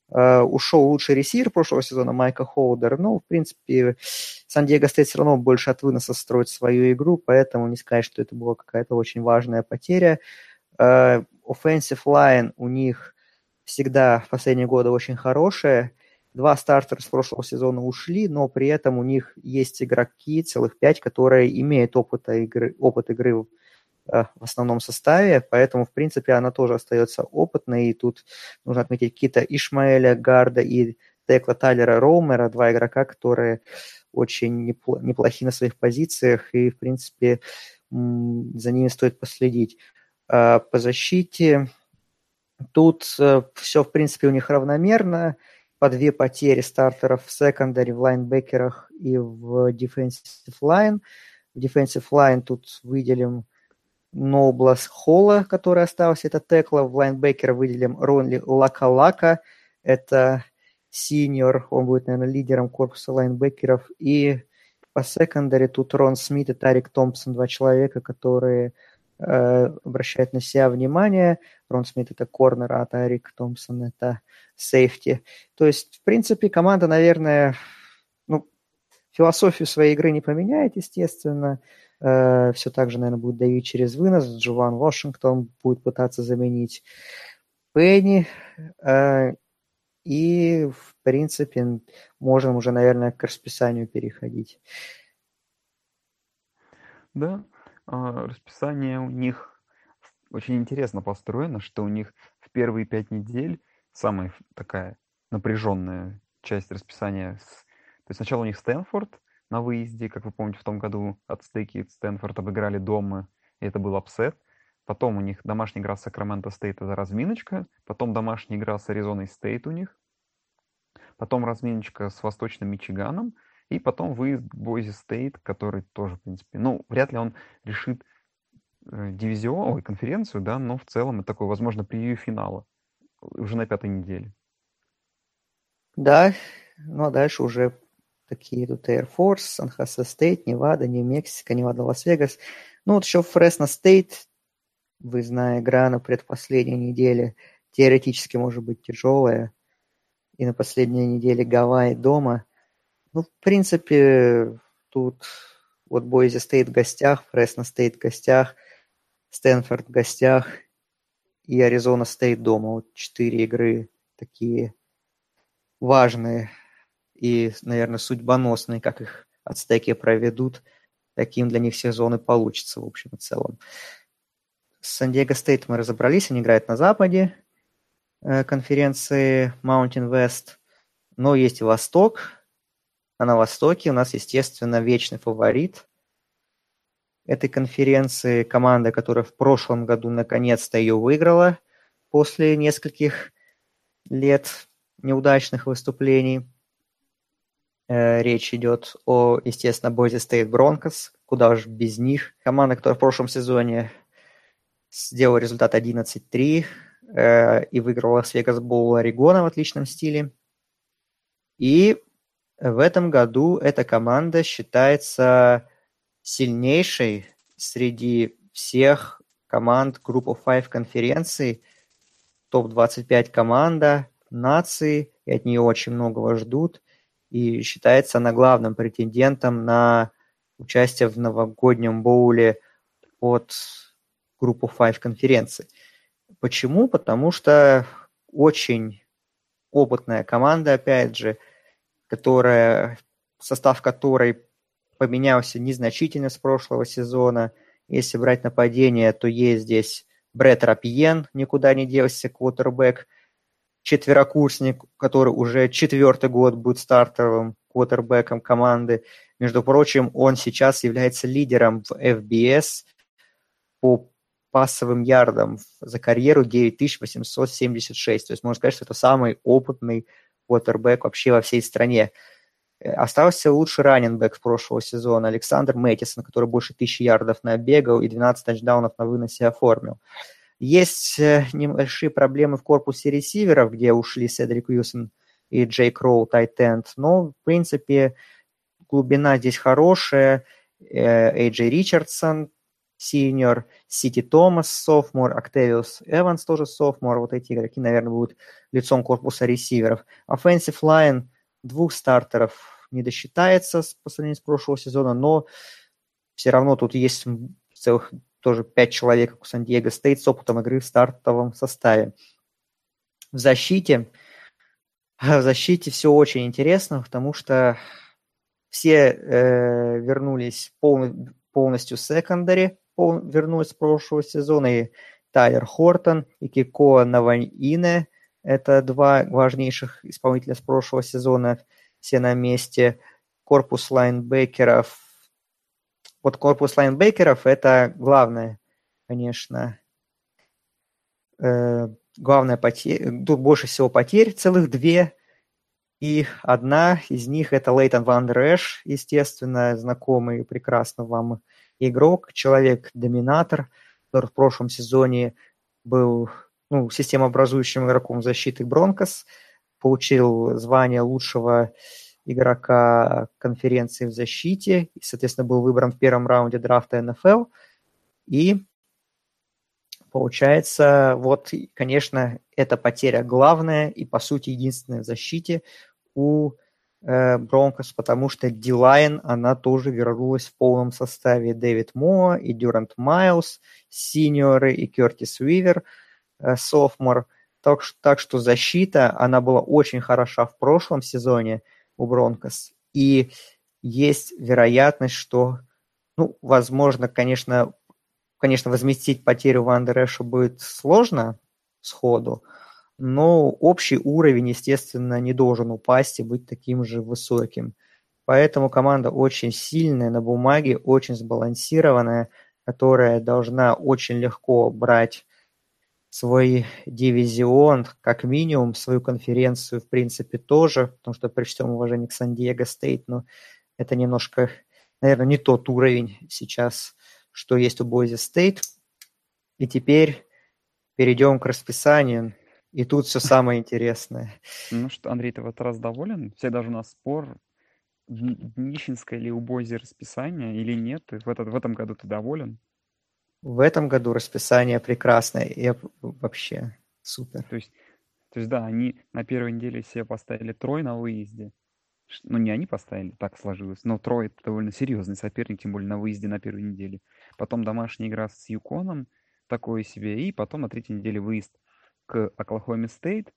[SPEAKER 4] Ушел лучший ресивер прошлого сезона Майка Холдер, но, в принципе, Сан-Диего Стейт все равно больше от выноса строит свою игру, поэтому не сказать, что это была какая-то очень важная потеря. Offensive line у них всегда в последние годы очень хорошая. 2 стартера с прошлого сезона ушли, но при этом у них есть игроки, целых 5, которые имеют опыт игры в основном составе, поэтому, в принципе, она тоже остается опытной, и тут нужно отметить Кита Ишмаэля, гарда, и текла Тайлера Роумера, 2 игрока, которые очень неплохи на своих позициях, и, в принципе, за ними стоит последить. По защите тут все, в принципе, у них равномерно, по 2 потери стартеров в секондаре, в лайнбекерах и в defensive line. В defensive line тут выделим Ноблас Холла, который остался, это текла. В лайнбекера выделим Ронли Лака-Лака, это синьор, он будет, наверное, лидером корпуса лайнбекеров. И по секондаре тут Рон Смит и Тарик Томпсон, 2 человека, которые обращают на себя внимание. Рон Смит это корнер, а Тарик Томпсон это сейфти. То есть, в принципе, команда, наверное, философию своей игры не поменяет, естественно. Все так же, наверное, будет давить через вынос. Джован Вашингтон будет пытаться заменить Пенни. И, в принципе, можем уже, наверное, к расписанию переходить.
[SPEAKER 3] Да, расписание у них очень интересно построено, что у них в первые 5 недель самая такая напряженная часть расписания. То есть сначала у них Стэнфорд на выезде, как вы помните, в том году от Стейки Стэнфорд обыграли дома, и это был апсет. Потом у них домашняя игра с Сакраменто Стейт, это разминочка. Потом домашняя игра с Аризоной Стейт у них. Потом разминочка с Восточным Мичиганом. И потом выезд к Бойзи Стейт, который тоже, в принципе, вряд ли он решит конференцию, да, но в целом это такой, возможно, превью финала уже на 5-й неделе.
[SPEAKER 4] Да, а дальше уже такие тут Air Force, Сан-Хосе Стейт, Невада, Нью-Мексико, Невада, Лас-Вегас. Еще Фресно Стейт, выездная игра на предпоследней неделе, теоретически может быть тяжелая. И на последней неделе Гавайи дома. В принципе, тут вот Бойзи Стейт в гостях, Фресно Стейт в гостях, Стэнфорд в гостях и Аризона Стейт дома. 4 игры такие важные и, наверное, судьбоносные, как их ацтеки проведут, таким для них сезон и получится, в общем и целом. С Сан-Диего Стейт мы разобрались, они играют на западе конференции Mountain West, но есть и Восток, а на Востоке у нас, естественно, вечный фаворит этой конференции, команда, которая в прошлом году наконец-то ее выиграла после нескольких лет неудачных выступлений. Речь идет о, естественно, Boise State Broncos, куда уж без них. Команда, которая в прошлом сезоне сделала результат 11-3 и выиграла Лас-Вегас Боул Орегона в отличном стиле. И в этом году эта команда считается сильнейшей среди всех команд Group of Five конференции. Топ-25 команда нации, и от нее очень многого ждут. И считается она главным претендентом на участие в новогоднем боуле от Group of Five конференции. Почему? Потому что очень опытная команда, опять же, состав которой поменялся незначительно с прошлого сезона. Если брать нападение, то есть здесь Брэд Рапьен, никуда не делся, квотербэк, четверокурсник, который уже 4-й год будет стартовым квотербэком команды. Между прочим, он сейчас является лидером в FBS по пассовым ярдам за карьеру 9876. То есть можно сказать, что это самый опытный квотербэк вообще во всей стране. Остался лучший раннинбэк с прошлого сезона Александр Мэттисон, который больше 1000 ярдов набегал и 12 тачдаунов на выносе оформил. Есть небольшие проблемы в корпусе ресиверов, где ушли Седрик Уилсон и Джейк Роу, тайт-энд, но, в принципе, глубина здесь хорошая. Эйджей Ричардсон, senior, Сити Томас, sophomore, Octavius Эванс тоже sophomore. Вот эти игроки, наверное, будут лицом корпуса ресиверов. Offensive line 2 стартеров не досчитается по сравнению с прошлого сезона, но все равно тут есть целых тоже 5 человек, как у Сан-Диего Стейт, с опытом игры в стартовом составе. В защите все очень интересно, потому что все вернулись полностью секондари, вернулись с прошлого сезона, и Тайлер Хортон, и Кико Наваине, это 2 важнейших исполнителя с прошлого сезона, все на месте. Корпус лайнбекеров это главное, конечно, главная потеря. Тут больше всего потерь, целых 2. И одна из них это Лейтон Ван Der Esch, естественно, знакомый прекрасно вам игрок, человек-доминатор, который в прошлом сезоне был системообразующим игроком защиты Бронкос, получил звание лучшего игрока конференции в защите и, соответственно, был выбран в первом раунде драфта НФЛ. И получается, вот, конечно, эта потеря главная и, по сути, единственная в защите у Бронкос, потому что D-Line, она тоже вернулась в полном составе. Дэвид Моа и Дюрант Майлз, синьоры, и Кертис Уивер, софмор. Так что защита, она была очень хороша в прошлом сезоне у Бронкос. И есть вероятность, что, возможно, конечно, возместить потерю Ван Дер Эша будет сложно сходу, но общий уровень, естественно, не должен упасть и быть таким же высоким. Поэтому команда очень сильная на бумаге, очень сбалансированная, которая должна очень легко брать свой дивизион, как минимум, свою конференцию, в принципе, тоже, потому что при всем уважении к Сан-Диего Стейт, но это немножко, наверное, не тот уровень сейчас, что есть у Бойзи Стейт. И теперь перейдем к расписанию. И тут все самое интересное.
[SPEAKER 3] Ну что, Андрей, ты в этот раз доволен? Всегда же у нас спор, нищенское ли у Бойзи расписание или нет. В этом году ты доволен?
[SPEAKER 4] В этом году расписание прекрасное. И вообще супер.
[SPEAKER 3] То есть, да, они на первой неделе себе поставили Трой на выезде. Не они поставили, так сложилось. Но Трой — это довольно серьезный соперник, тем более на выезде на первой неделе. Потом домашняя игра с Юконом, такое себе. И потом на третьей неделе выезд к Оклахоме Стейт.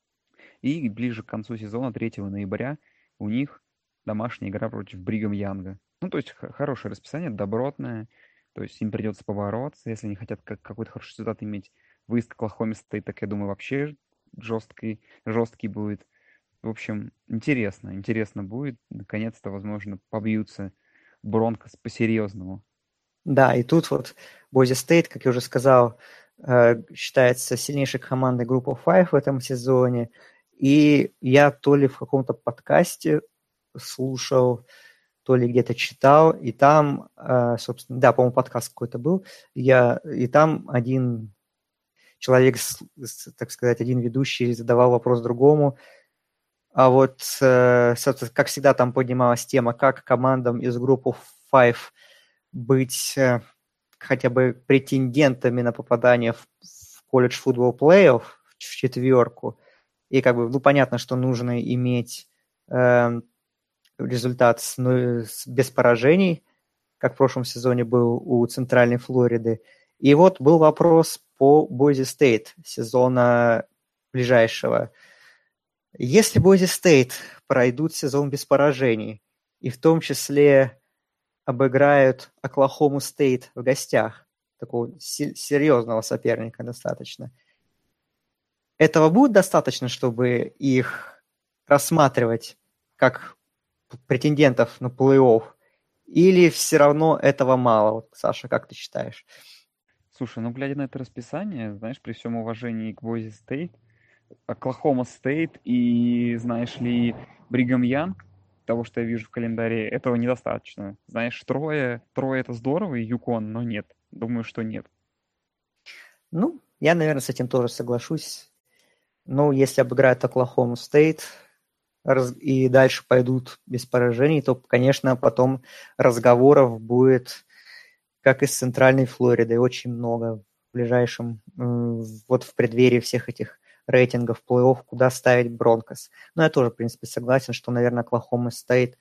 [SPEAKER 3] И ближе к концу сезона, 3 ноября, у них домашняя игра против Бригам Янга. То есть хорошее расписание, добротное. То есть им придется побороться, если они хотят какой-то хороший результат иметь. Выезд к Оклахоме Стейт, так я думаю, вообще жесткий будет. В общем, интересно будет. Наконец-то, возможно, побьются Бронкос по-серьезному.
[SPEAKER 4] Да, и тут вот Бойзи Стейт, как я уже сказал, считается сильнейшей командой Group of Five в этом сезоне. И я то ли в каком-то подкасте слушал, то ли где-то читал, и там, собственно, да, по-моему, подкаст какой-то был, и там один человек, так сказать, один ведущий задавал вопрос другому, а вот, собственно, как всегда, там поднималась тема, как командам из группы Five быть хотя бы претендентами на попадание в колледж футбол плей-офф, в четверку. И понятно, что нужно иметь результат без поражений, как в прошлом сезоне был у Центральной Флориды. И вот был вопрос по Бойзи Стейт сезона ближайшего. Если Бойзи Стейт пройдут сезон без поражений, и в том числе обыграют Оклахому Стейт в гостях, такого серьезного соперника достаточно, этого будет достаточно, чтобы их рассматривать как претендентов на плей-офф? Или все равно этого мало? Вот, Саша, как ты считаешь?
[SPEAKER 3] Слушай, глядя на это расписание, знаешь, при всем уважении к Бойзи Стейт, Оклахома Стейт и, знаешь ли, Бригам Янг, того, что я вижу в календаре, этого недостаточно. Знаешь, Трое это здорово, и Юкон, но нет. Думаю, что нет.
[SPEAKER 4] Я, наверное, с этим тоже соглашусь. Если обыграют Оклахому Стейт и дальше пойдут без поражений, то, конечно, потом разговоров будет как из Центральной Флориды, очень много в ближайшем, вот в преддверии всех этих рейтингов плей-офф, куда ставить Бронкос. Но я тоже, в принципе, согласен, что, наверное, Оклахома Стейт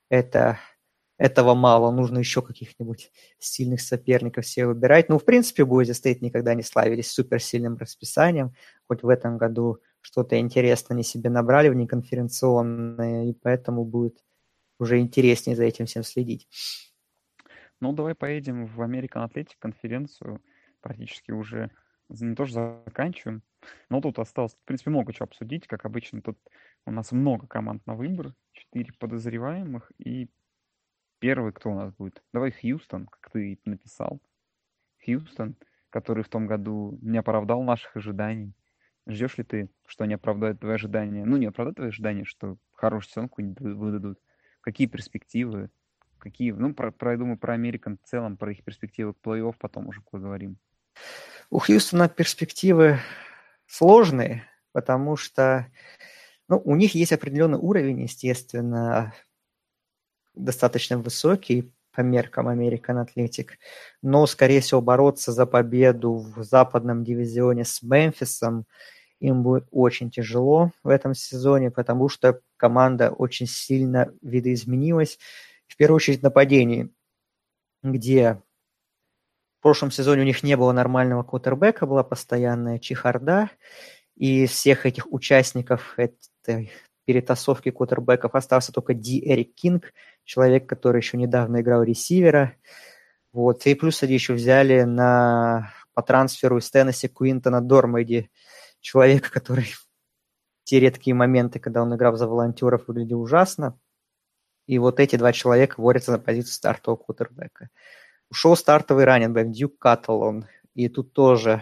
[SPEAKER 4] этого мало, нужно еще каких-нибудь сильных соперников все выбирать. Ну, в принципе, Бойзи Стейт никогда не славились суперсильным расписанием, хоть в этом году что-то интересное они себе набрали в неконференционное, и поэтому будет уже интереснее за этим всем следить.
[SPEAKER 3] Ну, давай поедем в American Athletic конференцию. Практически уже не то что заканчиваем, но тут осталось, в принципе, много чего обсудить. Как обычно, тут у нас много команд на выбор, 4 подозреваемых, и первый кто у нас будет? Давай Хьюстон, как ты написал. Хьюстон, который в том году не оправдал наших ожиданий. Ждешь ли ты, что они оправдают твои ожидания? Ну, не оправдают твои ожидания, что хорошую сезонку выдадут. Какие перспективы? Какие? Ну, я думаю, про Американ в целом, про их перспективы к плей-офф потом уже поговорим.
[SPEAKER 4] У Хьюстона перспективы сложные, потому что у них есть определенный уровень, естественно, достаточно высокий по меркам American Athletic, но, скорее всего, бороться за победу в западном дивизионе с Мемфисом им будет очень тяжело в этом сезоне, потому что команда очень сильно видоизменилась. В первую очередь в нападении, где в прошлом сезоне у них не было нормального квотербека, была постоянная чехарда, и из всех этих участников этой перетасовки квотербеков остался только Эрик Кинг, человек, который еще недавно играл ресивера. Вот. И плюс они еще взяли по трансферу из Теннесси Куинтона Дормейди, человека, который в те редкие моменты, когда он играл за волонтеров, выглядел ужасно. И вот эти два человека борются за позицию стартового квотербека. Ушел стартовый раннинбэк Дьюк Каттлон, и тут тоже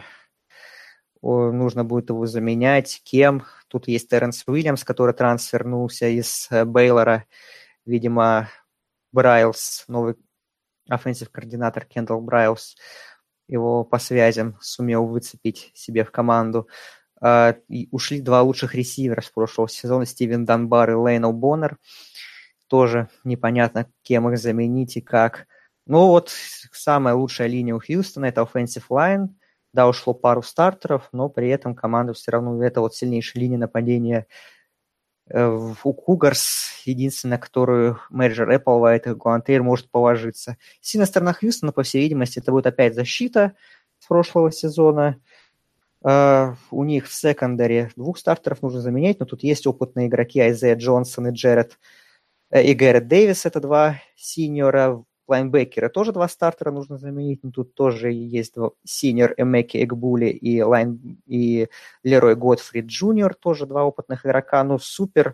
[SPEAKER 4] нужно будет его заменять. Кем? Тут есть Терренс Уильямс, который трансфернулся из Бейлора. Видимо, Брайлс, новый оффенсив координатор Кендалл Брайлс, его по связям сумел выцепить себе в команду. И ушли два лучших ресивера с прошлого сезона, Стивен Данбар и Лейн О'Боннер. Тоже непонятно, кем их заменить и как. Ну вот, самая лучшая линия у Хьюстона – это offensive line. Да, ушло пару стартеров, но при этом команда все равно, это вот сильнейшая линия нападения у Кугарс, единственная, которую менеджер Эпплвайт и Гуантейр может положиться. Сильная сторона Хьюстона, по всей видимости, это будет опять защита с прошлого сезона. У них в секондаре двух стартеров нужно заменять, но тут есть опытные игроки Айзея Джонсон и Гэррет Дэвис, это два синьора. Лайнбекеры тоже два стартера нужно заменить, но тут тоже есть синьор Эмеки Экбули и Лерой Готфрид Джуниор, тоже два опытных игрока. Ну, супер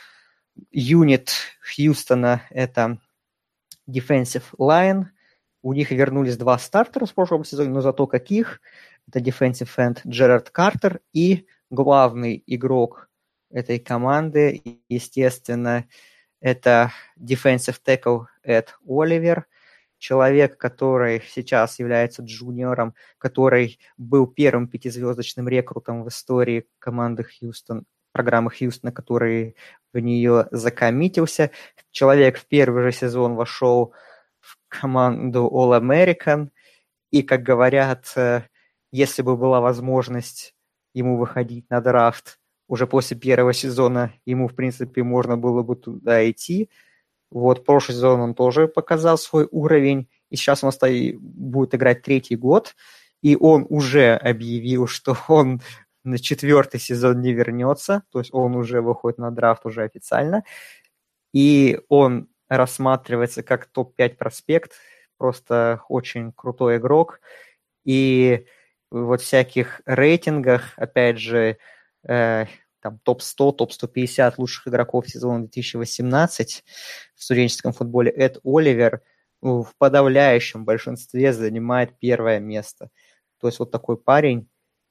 [SPEAKER 4] юнит Хьюстона – это defensive line. У них вернулись два стартера в прошлом сезоне, но зато каких? Это defensive end Джерард Картер и главный игрок этой команды, естественно, это defensive tackle Эд Оливер, человек, который сейчас является джуниором, который был первым пятизвездочным рекрутом в истории команды Хьюстон, программы Хьюстона, который в нее закоммитился. Человек в первый же сезон вошел в команду All-American, и, как говорят, если бы была возможность ему выходить на драфт уже после первого сезона, ему, в принципе, можно было бы туда идти. Вот, прошлый сезон он тоже показал свой уровень, и сейчас он будет играть третий год, и он уже объявил, что он на четвертый сезон не вернется, то есть он уже выходит на драфт уже официально, и он рассматривается как топ-5 проспект, просто очень крутой игрок, и вот в всяких рейтингах, опять же, там топ-100, топ-150 лучших игроков сезона 2018 в студенческом футболе Эд Оливер в подавляющем большинстве занимает первое место. То есть вот такой парень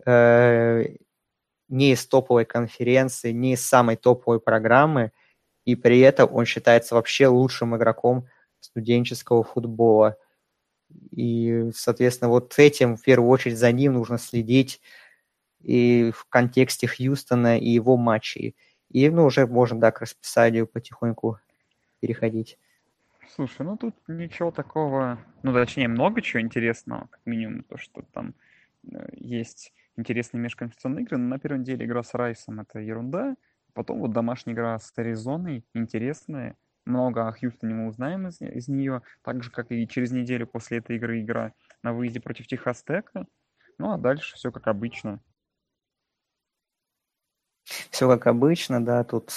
[SPEAKER 4] не из топовой конференции, не из самой топовой программы, и при этом он считается вообще лучшим игроком студенческого футбола. И, соответственно, вот этим, в первую очередь, за ним нужно следить и в контексте Хьюстона и его матчей. И уже можно, к расписанию потихоньку переходить.
[SPEAKER 5] Слушай, ну тут ничего такого, ну точнее много чего интересного, как минимум то, что там есть интересные межконференционные игры, но на первом деле игра с Райсом это ерунда, потом вот домашняя игра с Аризоной интересная, много о Хьюстоне мы узнаем из нее, так же, как и через неделю после этой игры игра на выезде против Техас Тека, ну а дальше все как обычно.
[SPEAKER 4] Все как обычно, да, тут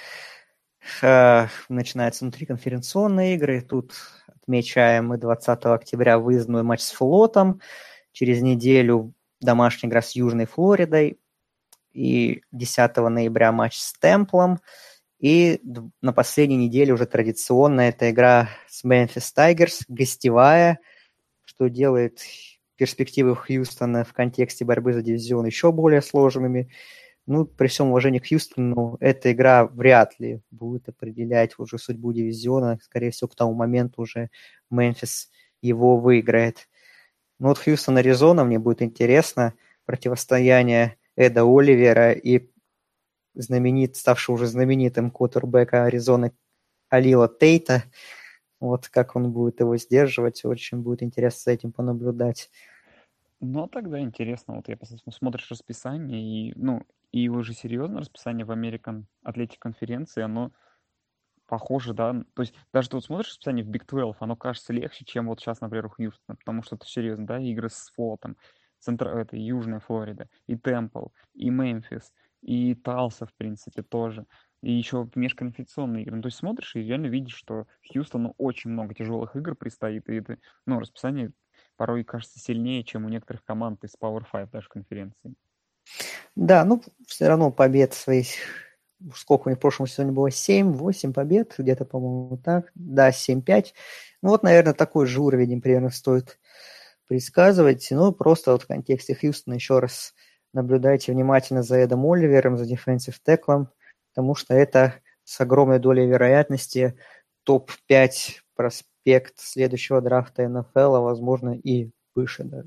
[SPEAKER 4] начинаются внутриконференционные игры. Тут отмечаем мы 20 октября выездной матч с Флотом. Через неделю домашняя игра с Южной Флоридой. И 10 ноября матч с Темплом. И на последней неделе уже традиционно эта игра с Memphis Tigers, гостевая, что делает перспективы Хьюстона в контексте борьбы за дивизион еще более сложными. Ну, при всем уважении к Хьюстону, эта игра вряд ли будет определять уже судьбу дивизиона. Скорее всего, к тому моменту уже Мемфис его выиграет. Ну, вот Хьюстон-Аризона мне будет интересно. Противостояние Эда Оливера и ставший уже знаменитым квотербека Аризоны Халила Тейта. Вот как он будет его сдерживать, очень будет интересно за этим понаблюдать.
[SPEAKER 5] Ну, тогда интересно, вот я смотришь расписание, и, ну, и уже серьезное расписание в American Athletic конференции, оно похоже, да, то есть даже ты вот смотришь расписание в Big 12, оно кажется легче, чем вот сейчас, например, у Хьюстона, потому что это серьезно, да, игры с Флотом, это Южная Флорида, и Темпл, и Мемфис, и Талса, в принципе, тоже, и еще межконференционные игры. Ну, то есть смотришь и реально видишь, что Хьюстону очень много тяжелых игр предстоит, и это, ну, расписание порой кажется сильнее, чем у некоторых команд из Power 5 даже конференции.
[SPEAKER 4] Да, ну, все равно побед своих, сколько у них в прошлом сезоне было, 7-8 побед, где-то, по-моему, так, да, 7-5. Ну, вот, наверное, такой же уровень примерно стоит предсказывать. Ну, просто вот в контексте Хьюстона еще раз наблюдайте внимательно за Эдом Оливером, за дефенсив теклом, потому что это с огромной долей вероятности топ-5 проспект следующего драфта НФЛ, а возможно и выше даже.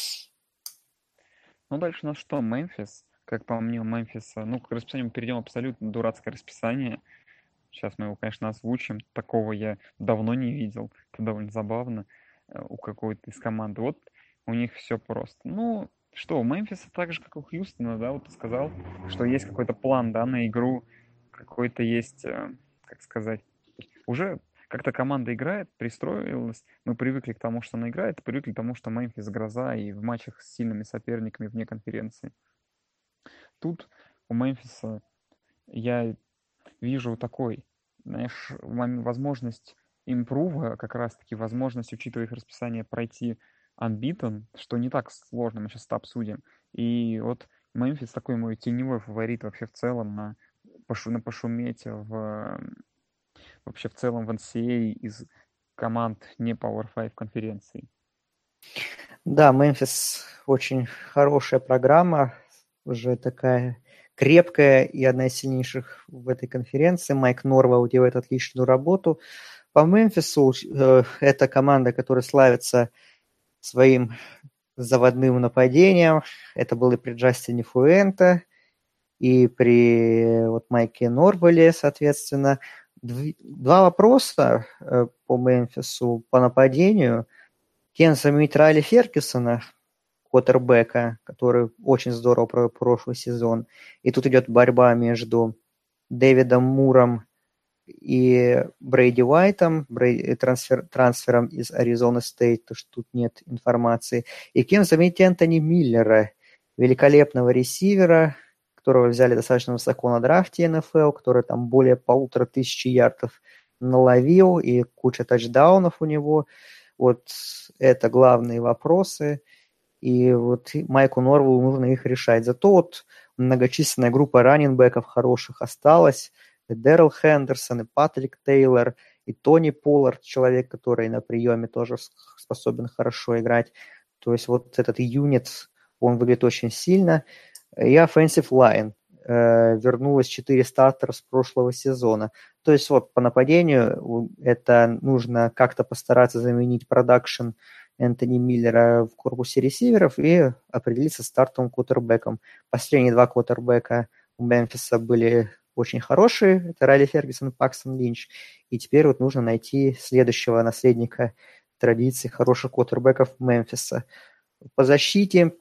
[SPEAKER 5] Ну, дальше у нас что? Мемфис. Как по мне, у Мемфиса... Ну, к расписанию мы перейдем, абсолютно дурацкое расписание. Сейчас мы его, конечно, озвучим. Такого я давно не видел. Это довольно забавно у какой-то из команд. Вот у них все просто. Ну, что, у Мемфиса так же, как у Хьюстона, да, вот ты сказал, что есть какой-то план, да, на игру. Какой-то есть, как сказать, уже как-то команда играет, пристроилась, мы привыкли к тому, что она играет, привыкли к тому, что Мемфис гроза и в матчах с сильными соперниками вне конференции. Тут у Мемфиса я вижу такой, знаешь, возможность импрува, как раз-таки возможность, учитывая их расписание, пройти unbeaten, что не так сложно, мы сейчас это обсудим. И вот Мемфис такой мой теневой фаворит вообще в целом на пошуметь вообще в целом в NCAA из команд не Power 5 конференции.
[SPEAKER 4] Да, Мемфис очень хорошая программа, уже такая крепкая и одна из сильнейших в этой конференции. Майк Норвелл делает отличную работу. По Мемфису это команда, которая славится своим заводным нападением. Это было и при Джастине Фуэнте, и при вот Майке Норвелле, соответственно. Два вопроса по Мемфису по нападению. Кем заменить Райли Фергюсона, квотербека, который очень здорово провел прошлый сезон. И тут идет борьба между Дэвидом Муром и Брейди Уайтом, трансфером из Аризоны Стейт, потому что тут нет информации. И кем заменить Энтони Миллера, великолепного ресивера, которого взяли достаточно высоко на драфте НФЛ, который там более 1500 ярдов наловил и куча тачдаунов у него. Вот это главные вопросы. И вот Майку Норвеллу нужно их решать. Зато вот многочисленная группа раннинбеков хороших осталась. И Дэрил Хендерсон, и Патрик Тейлор, и Тони Поллард, человек, который на приеме тоже способен хорошо играть. То есть вот этот юнит, он выглядит очень сильно. И offensive line. Вернулось 4 стартера с прошлого сезона. То есть вот по нападению это нужно как-то постараться заменить продакшн Энтони Миллера в корпусе ресиверов и определиться с стартовым квотербеком. Последние 2 квотербека у Мемфиса были очень хорошие. Это Райли Фергюсон и Пакстон Линч. И теперь вот нужно найти следующего наследника традиции хороших квотербеков Мемфиса. По защите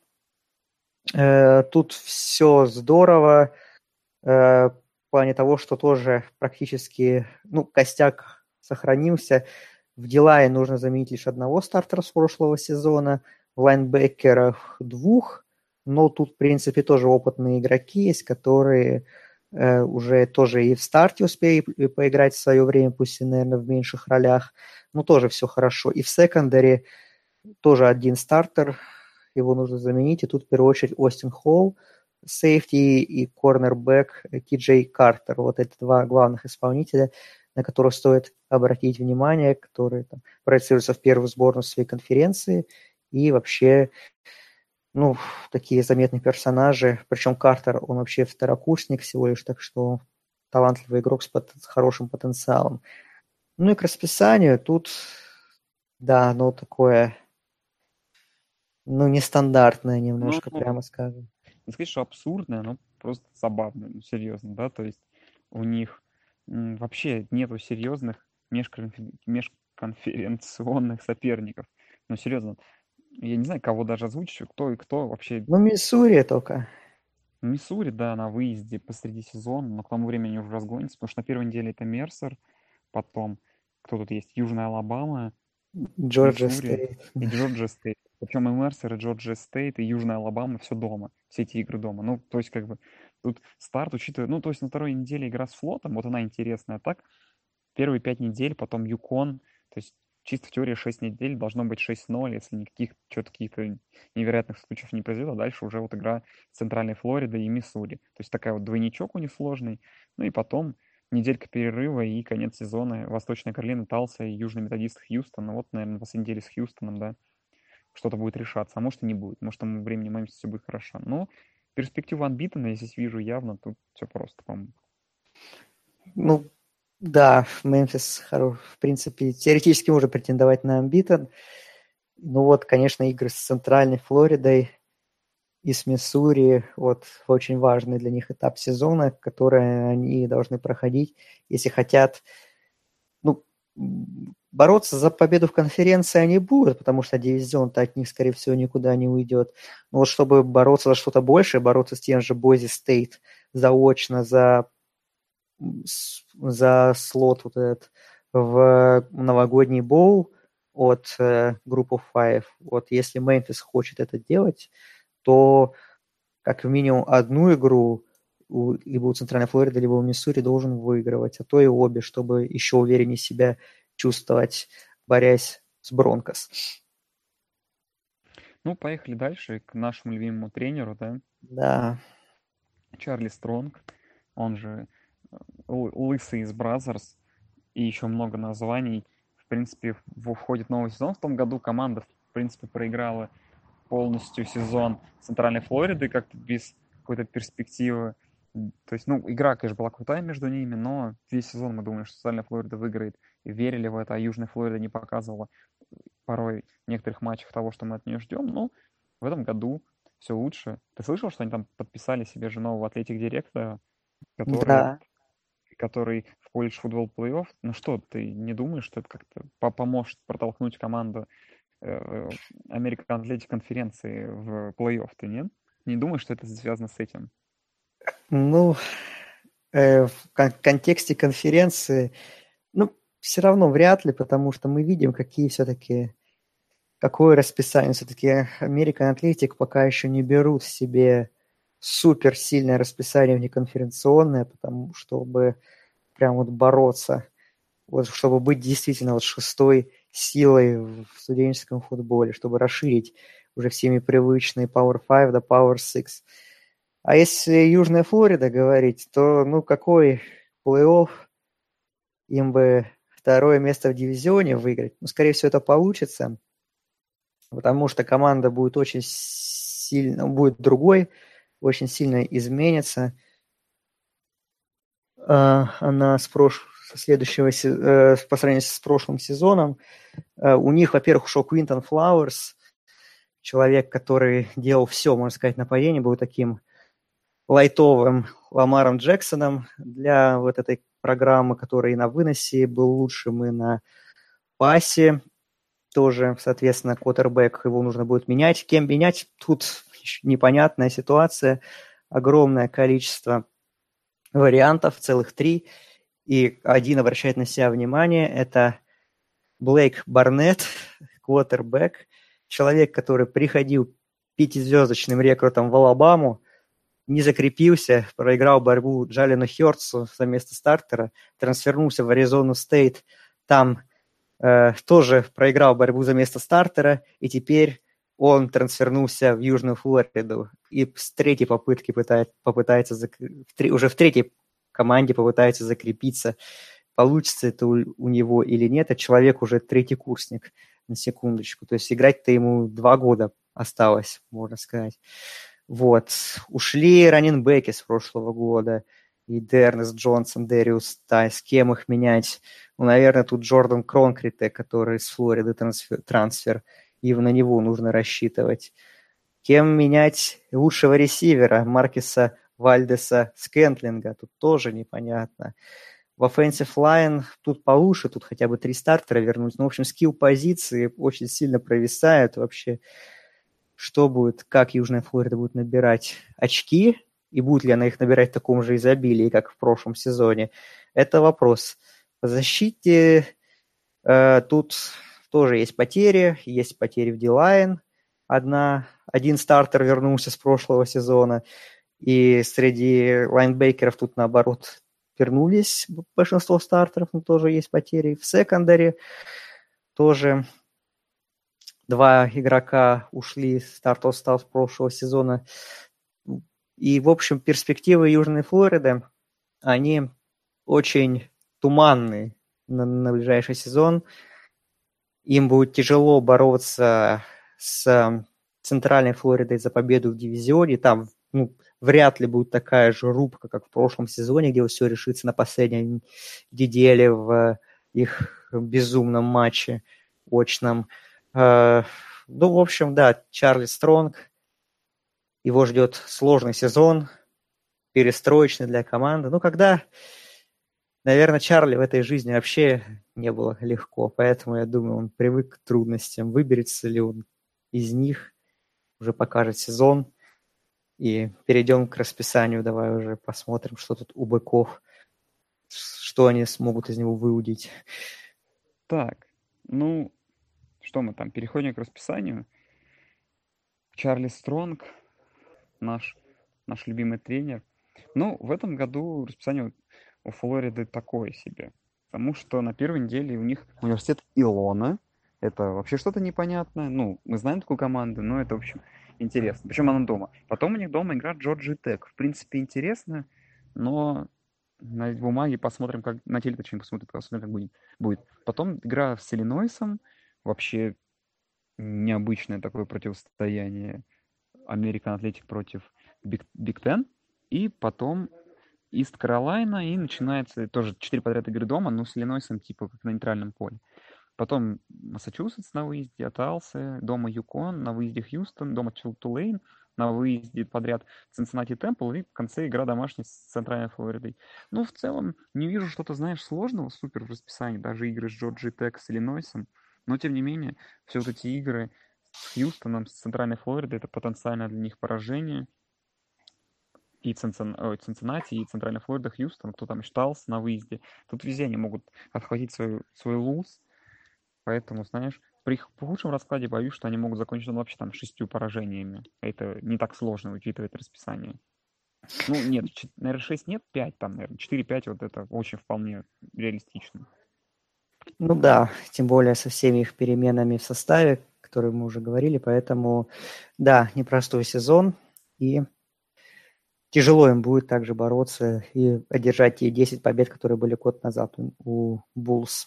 [SPEAKER 4] тут все здорово. В плане того, что тоже практически костяк сохранился. В Дилае нужно заменить лишь одного стартера с прошлого сезона, в лайнбекерах 2, но тут, в принципе, тоже опытные игроки есть, которые уже тоже и в старте успели поиграть в свое время, пусть и, наверное, в меньших ролях, но тоже все хорошо. И в секондаре тоже один стартер, его нужно заменить, и тут в первую очередь Остин Холл, сейфти, и корнербэк Ти-Джей Картер. Вот эти два главных исполнителя, на которых стоит обратить внимание, которые там проецируются в первую сборную своей конференции, и вообще, такие заметные персонажи. Причем Картер, он вообще второкурсник всего лишь, так что талантливый игрок с хорошим потенциалом. Ну и к расписанию тут, да, такое, нестандартное немножко, прямо скажем.
[SPEAKER 5] Не сказать, что абсурдное, но просто забавное, серьезно, да, то есть у них вообще нету серьезных межконференционных соперников. Ну, серьезно, я не знаю, кого даже озвучить, кто и кто вообще.
[SPEAKER 4] Миссури только.
[SPEAKER 5] Миссури, да, на выезде посреди сезона, но к тому времени уже разгонится, потому что на первой неделе это Мерсер, потом, кто тут есть, Южная Алабама,
[SPEAKER 4] Джорджия
[SPEAKER 5] Миссури и Джорджия Стейт. Причем и Мерсер, и Джорджия Стейт, и Южная Алабама все дома, все эти игры дома. То есть, тут старт, учитывая, то есть на второй неделе игра с Флотом, вот она интересная. Так, первые 5 недель, потом Юкон, то есть чисто в теории 6 недель должно быть 6-0, если никаких каких-то невероятных случаев не произойдет, а дальше уже вот игра с Центральной Флоридой и Миссури. То есть такая вот двойничок у них сложный. Ну и потом неделька перерыва и конец сезона. Восточная Каролина, Талса и Южный Методист Хьюстон. Вот, наверное, на последней неделе с Хьюстоном, да, что-то будет решаться. А может и не будет. Может, тому времени Мемфис все будет хорошо. Но перспектива Unbeaten я здесь вижу явно. Тут все просто, по-моему.
[SPEAKER 4] Да, Мемфис хорош. В принципе, теоретически может претендовать на Unbeaten. Конечно, игры с Центральной Флоридой и с Миссури, очень важный для них этап сезона, который они должны проходить, если хотят, бороться за победу в конференции они будут, потому что дивизион-то от них, скорее всего, никуда не уйдет. Но чтобы бороться за что-то большее, бороться с тем же Бойзи Стейт заочно за слот вот этот в новогодний боул от Group of Five. Если Мемфис хочет это делать, то как минимум одну игру либо у Центральной Флориды, либо у Миссури должен выигрывать, а то и обе, чтобы еще увереннее себя чувствовать, борясь с Бронкос.
[SPEAKER 5] Поехали дальше к нашему любимому тренеру, да?
[SPEAKER 4] Да.
[SPEAKER 5] Чарли Стронг, он же Лысый из Бразерс, и еще много названий. В принципе, входит новый сезон. В том году команда, в принципе, проиграла полностью сезон Центральной Флориды как-то без какой-то перспективы. То есть, игра, конечно, была крутая между ними, но весь сезон мы думали, что Центральная Флорида выиграет, и верили в это, а Южная Флорида не показывала порой в некоторых матчах того, что мы от нее ждем. Но в этом году все лучше. Ты слышал, что они там подписали себе же нового атлетик-директора, который в колледж футбол плей-офф? Что, ты не думаешь, что это как-то поможет протолкнуть команду American Athletic конференции в плей-офф? Ты нет? Не думаешь, что это связано с этим?
[SPEAKER 4] В контексте конференции, все равно вряд ли, потому что мы видим, какое расписание. Все-таки American Athletic пока еще не берут себе супер сильное расписание внеконференционное, потому чтобы прям бороться, чтобы быть действительно шестой силой в студенческом футболе, чтобы расширить уже всеми привычные Power 5 до Power 6. А если Южная Флорида говорить, то какой плей-офф, им бы второе место в дивизионе выиграть. Скорее всего, это получится, потому что команда будет очень сильно, будет другой, очень сильно изменится. Она по сравнению с прошлым сезоном. У них, во-первых, ушел Квинтон Флауэрс, человек, который делал все, можно сказать, нападение, был таким лайтовым Ламаром Джексоном для вот этой программы, который и на выносе был лучшим, и на пасе тоже, соответственно, квотербек, его нужно будет менять. Кем менять? Тут непонятная ситуация, огромное количество вариантов, целых 3, и один обращает на себя внимание, это Блейк Барнетт, квотербек, человек, который приходил 5-звездочным рекрутом в Алабаму, не закрепился, проиграл борьбу Джалену Хёртсу за место стартера, трансфернулся в Аризону Стейт, там тоже проиграл борьбу за место стартера, и теперь он трансфернулся в Южную Флориду и с третьей попытки попытается уже в третьей команде попытается закрепиться. Получится это у него или нет, а человек уже третий курсник, на секундочку. То есть играть-то ему 2 года осталось, можно сказать. Вот. Ушли раннинбеки с прошлого года. И Дернес Джонсон, Дэриус Тай, с кем их менять? Ну, наверное, тут Джордан Кронкрите, который из Флориды трансфер, и на него нужно рассчитывать. Кем менять лучшего ресивера? Маркеса Вальдеса Скентлинга? Тут тоже непонятно. В offensive line тут получше, тут хотя бы 3 стартера вернуть. Ну, в общем, скилл-позиции очень сильно провисают вообще. Что будет, как Южная Флорида будет набирать очки, и будет ли она их набирать в таком же изобилии, как в прошлом сезоне, это вопрос. По защите тут тоже есть потери в D-line. Один стартер вернулся с прошлого сезона, и среди лайнбекеров тут, наоборот, вернулись большинство стартеров, но тоже есть потери. В секондаре тоже 2 игрока ушли с стартового состава с прошлого сезона. И, в общем, перспективы Южной Флориды, они очень туманные на ближайший сезон. Им будет тяжело бороться с Центральной Флоридой за победу в дивизионе. Там вряд ли будет такая же рубка, как в прошлом сезоне, где все решится на последней неделе в их безумном матче очном. В общем, да, Чарли Стронг, его ждет сложный сезон, перестроечный для команды. Когда, наверное, Чарли в этой жизни вообще не было легко, поэтому, я думаю, он привык к трудностям. Выберется ли он из них, уже покажет сезон. И перейдем к расписанию. Давай уже посмотрим, что тут у быков, что они смогут из него выудить.
[SPEAKER 5] Так, что мы там, переходим к расписанию. Чарли Стронг, наш любимый тренер. В этом году расписание у Флориды такое себе. Потому что на первой неделе у них университет Илона. Это вообще что-то непонятное. Мы знаем такую команду, но это, в общем, интересно. Причем она дома. Потом у них дома игра Джорджия Тек. В принципе, интересно, но на бумаге посмотрим, как на теле, точнее, посмотрим, как будет. Потом игра с Иллинойсом. Вообще необычное такое противостояние. American Athletic против Big Ten. И потом Ист Каролайна. И начинается тоже 4 подряд игры дома, но с Иллинойсом типа как на нейтральном поле. Потом Массачусетс на выезде от Алсы, дома Юкон, на выезде Хьюстон, дома Тулейн, на выезде подряд Цинциннати Темпл и в конце игра домашняя с Центральной Флоридой. В целом не вижу что-то, сложного супер в расписании, даже игры с Джорджией Тек, с Иллинойсом. Но, тем не менее, все вот эти игры с Хьюстоном, с Центральной Флоридой, это потенциально для них поражение. И Цинциннати, и Центральная Флорида, Хьюстон, кто там считался на выезде. Тут везде они могут отхватить свой луз. Поэтому, при худшем раскладе боюсь, что они могут закончить вообще 6 поражениями. Это не так сложно, учитывая расписание. Нет, наверное, 6 нет, 5 там, наверное, 4-5, вот это очень вполне реалистично.
[SPEAKER 4] Да, тем более со всеми их переменами в составе, которые мы уже говорили, поэтому, да, непростой сезон, и тяжело им будет также бороться и одержать те 10 побед, которые были год назад у Буллс.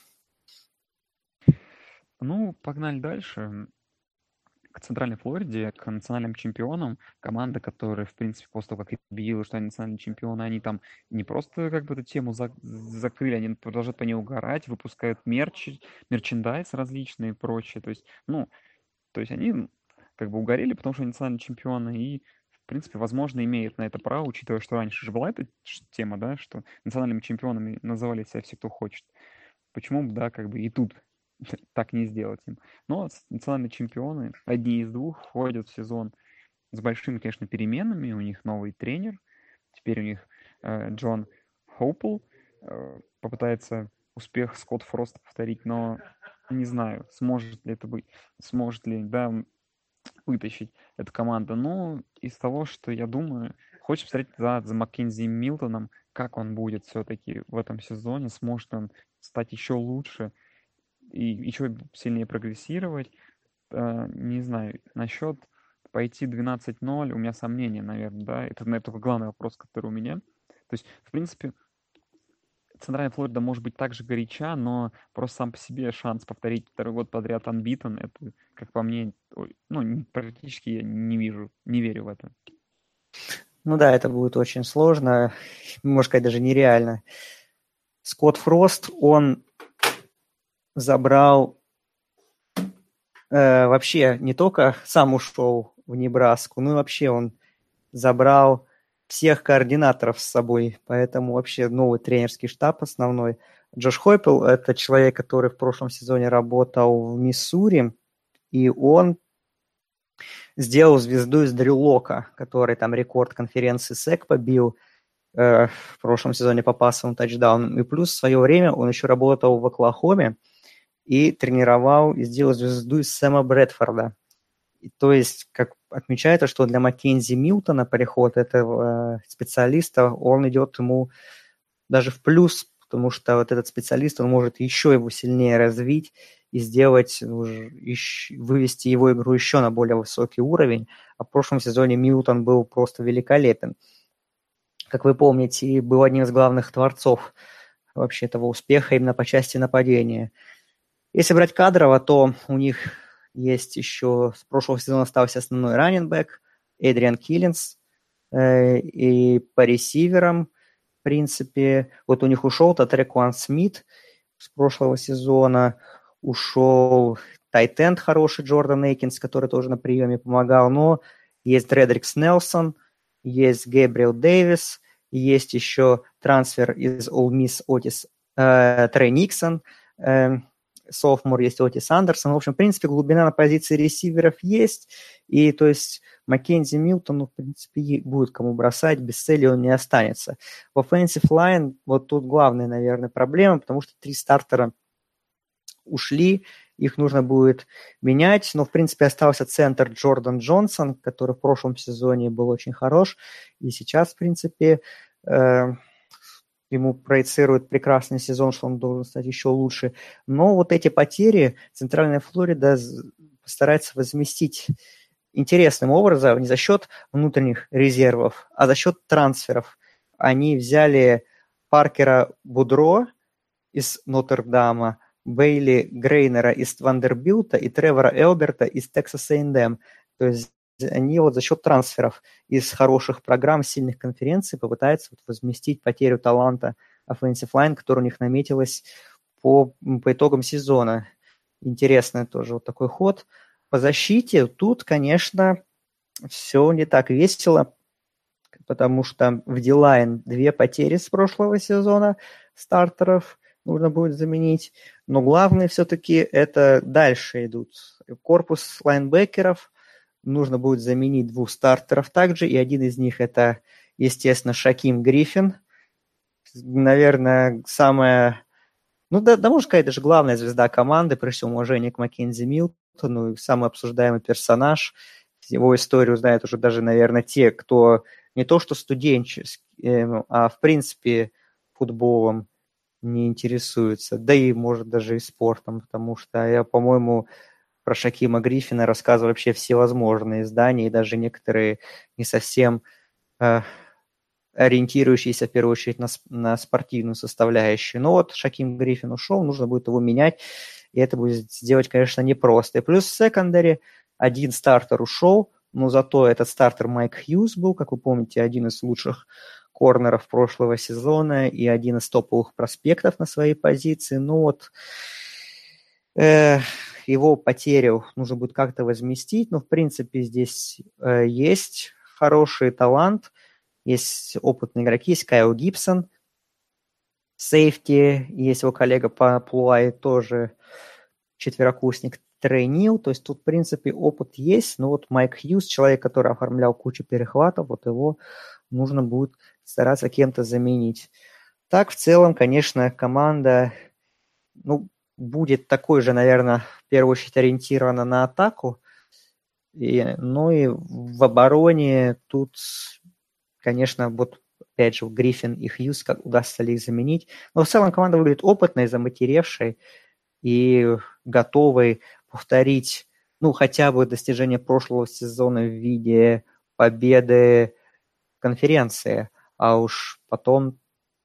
[SPEAKER 5] Погнали дальше. К Центральной Флориде, к национальным чемпионам. Команда, которая, в принципе, после того, как объявила, что они национальные чемпионы, они там не просто эту тему закрыли, они продолжают по ней угорать, выпускают мерчендайз различные и прочее. То есть они угорели, потому что они национальные чемпионы, и, в в принципе, возможно, имеет на это право, учитывая, что раньше же была эта тема, да, что национальными чемпионами называли себя все, кто хочет. Почему бы, да, как бы и тут так не сделать им? Но национальные чемпионы, одни из двух, входят в сезон с большими, конечно, переменами. У них новый тренер. Теперь у них Джон Хоупл попытается успех Скотт Фроста повторить, но не знаю, сможет ли это быть, сможет ли, да, вытащить эту команду. Но из того, что я думаю, хочется посмотреть за Маккензи Милтоном, как он будет все-таки в этом сезоне, сможет он стать еще лучше и еще сильнее прогрессировать. Не знаю, насчет пойти 12-0, у меня сомнения, наверное, да, это главный вопрос, который у меня. То есть, в принципе, Центральная Флорида может быть также горяча, но просто сам по себе шанс повторить второй год подряд unbeaten, это, как по мне, практически я не вижу, не верю в это.
[SPEAKER 4] Ну да, это будет очень сложно, можно сказать, даже нереально. Скотт Фрост, он забрал вообще не только сам ушел в Небраску, но и вообще он забрал всех координаторов с собой, поэтому вообще новый тренерский штаб основной. Джош Хойпел – это человек, который в прошлом сезоне работал в Миссури, и он сделал звезду из Дрю Лока, который там рекорд конференции СЭК побил в прошлом сезоне по пассовым тачдаунам. И плюс в свое время он еще работал в Оклахоме и тренировал и сделал звезду из Сэма Брэдфорда. То есть, как отмечается, что для Маккензи Милтона переход этого специалиста, он идет ему даже в плюс, потому что вот этот специалист, он может еще его сильнее развить и сделать, вывести его игру еще на более высокий уровень. А в прошлом сезоне Милтон был просто великолепен. Как вы помните, был одним из главных творцов вообще этого успеха именно по части нападения. Если брать кадрово, то у них есть еще с прошлого сезона остался основной раннинбэк Эдриан Киллинс, и по ресиверам, в принципе, вот у них ушел Татрекуан Смит с прошлого сезона, ушел тайт-энд хороший Джордан Эйкинс, который тоже на приеме помогал, но есть Дредрикс Нелсон, есть Гэбриэл Дэвис, есть еще трансфер из Ole Miss Трей Никсон, софтмор есть Отис Андерсон. В общем, в принципе, глубина на позиции ресиверов есть. И, то есть, Маккензи Милтону, в принципе, будет кому бросать. Без цели он не останется. В offensive line вот тут главная, наверное, проблема, потому что 3 стартера ушли. Их нужно будет менять. Но, в принципе, остался центр Джордан Джонсон, который в прошлом сезоне был очень хорош. И сейчас, в принципе, ему проецирует прекрасный сезон, что он должен стать еще лучше. Но вот эти потери Центральная Флорида постарается возместить интересным образом, не за счет внутренних резервов, а за счет трансферов. Они взяли Паркера Будро из Нотр-Дама, Бейли Грейнера из Вандербилта и Тревора Элберта из Texas A&M. То есть они вот за счет трансферов из хороших программ, сильных конференций попытаются вот возместить потерю таланта offensive line, которая у них наметилась по итогам сезона. Интересный тоже вот такой ход. По защите тут, конечно, все не так весело, потому что в D-line 2 потери с прошлого сезона стартеров нужно будет заменить. Но главное все-таки это дальше идут. Корпус лайнбекеров нужно будет заменить 2 стартеров также, и один из них это, естественно, Шаким Гриффин. Наверное, самая, можно сказать, даже главная звезда команды, при всем уважении к Маккензи Милтону, и самый обсуждаемый персонаж. Его историю знают уже даже, наверное, те, кто не то что студенческий, а в принципе футболом не интересуется, да и, может, даже и спортом, потому что я, по-моему, про Шакима Гриффина рассказывал вообще всевозможные издания, и даже некоторые не совсем ориентирующиеся, в первую очередь, на спортивную составляющую. Но вот Шаким Гриффин ушел, нужно будет его менять, и это будет сделать, конечно, непросто. И плюс в секондаре один стартер ушел, но зато этот стартер Майк Хьюз был, как вы помните, один из лучших корнеров прошлого сезона и один из топовых проспектов на своей позиции. Ну вот его потерю нужно будет как-то возместить, но в принципе здесь есть хороший талант, есть опытные игроки, есть Кайл Гибсон, сейфти, есть его коллега по Плуай, тоже четверокурсник Трей Нил, то есть тут, в принципе, опыт есть, но вот Майк Хьюз, человек, который оформлял кучу перехватов, вот его нужно будет стараться кем-то заменить. Так, в целом, конечно, команда, будет такой же, наверное, в первую очередь ориентирована на атаку, но и в обороне тут, конечно, вот опять же Гриффин и Хьюз, как удастся ли их заменить. Но в целом команда выглядит опытной, заматеревшей и готовой повторить, хотя бы достижение прошлого сезона в виде победы в конференции, а уж потом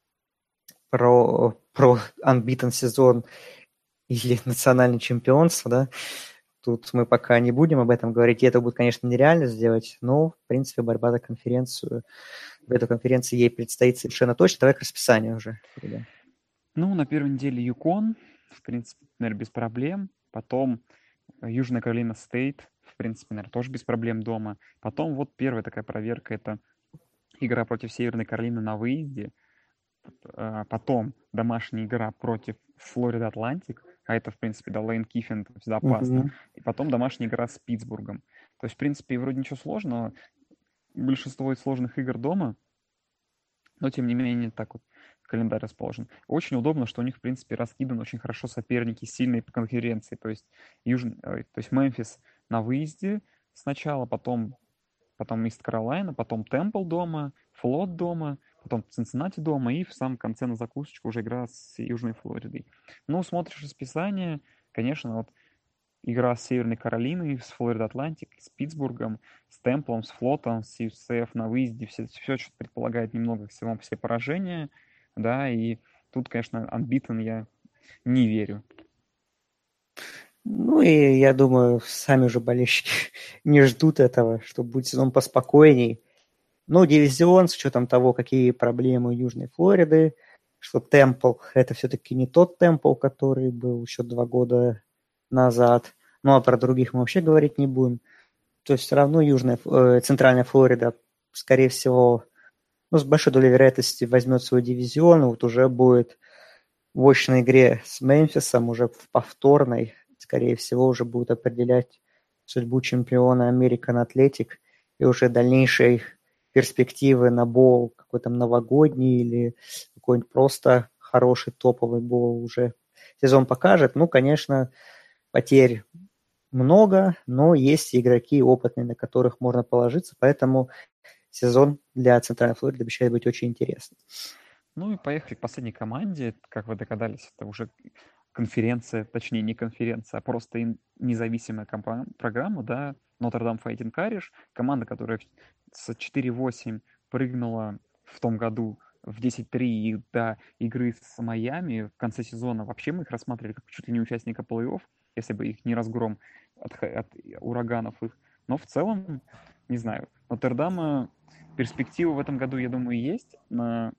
[SPEAKER 4] про unbeaten сезон или национальное чемпионство, да, тут мы пока не будем об этом говорить, и это будет, конечно, нереально сделать, но, в принципе, борьба за конференцию, в этой конференции ей предстоит совершенно точно. Давай к расписанию уже перейдем.
[SPEAKER 5] На первой неделе Юкон, в принципе, наверное, без проблем. Потом Южная Каролина Стейт, в принципе, наверное, тоже без проблем дома. Потом вот первая такая проверка — это игра против Северной Каролины на выезде. Потом домашняя игра против Флорида Атлантик, а это, в принципе, да, Лейн Киффин, это всегда опасно. И потом домашняя игра с Питтсбургом. То есть, в принципе, вроде ничего сложного. Большинство из сложных игр дома, но, тем не менее, так вот календарь расположен. Очень удобно, что у них, в принципе, раскиданы очень хорошо соперники, сильные по конференции. То есть Мемфис на выезде сначала, потом Ист Каролайна, потом Темпл дома, Флот дома, потом Цинциннати дома, и в самом конце на закусочку уже игра с Южной Флоридой. Смотришь расписание, конечно, вот игра с Северной Каролиной, с Флорида Атлантик, с Питтсбургом, с Темплом, с Флотом, с UCF на выезде, все что предполагает немного всего все поражения, да, и тут, конечно, unbeaten я не верю.
[SPEAKER 4] И я думаю, сами уже болельщики не ждут этого, что будет сезон поспокойней. Дивизион, с учетом того, какие проблемы у Южной Флориды, что Темпл – это все-таки не тот Темпл, который был еще 2 года назад. А про других мы вообще говорить не будем. То есть все равно Центральная Флорида, скорее всего, с большой долей вероятности возьмет свой дивизион, вот уже будет в очной игре с Мемфисом, уже в повторной, скорее всего, уже будет определять судьбу чемпиона American Athletic и уже дальнейшие перспективы на боул какой-то новогодний или какой-нибудь просто хороший топовый боул уже сезон покажет. Конечно, потерь много, но есть игроки опытные, на которых можно положиться, поэтому сезон для Центральной Флориды обещает быть очень интересным.
[SPEAKER 5] И поехали к последней команде. Как вы догадались, это уже конференция, точнее не конференция, а просто независимая программа, да, Notre Dame Fighting Irish, команда, которая с 4-8 прыгнула в том году в 10-3 и до игры с Майами в конце сезона. Вообще мы их рассматривали как чуть ли не участника плей-офф, если бы их не разгром от ураганов их. Но в целом, не знаю, Нотр-Дама перспективы в этом году, я думаю, есть на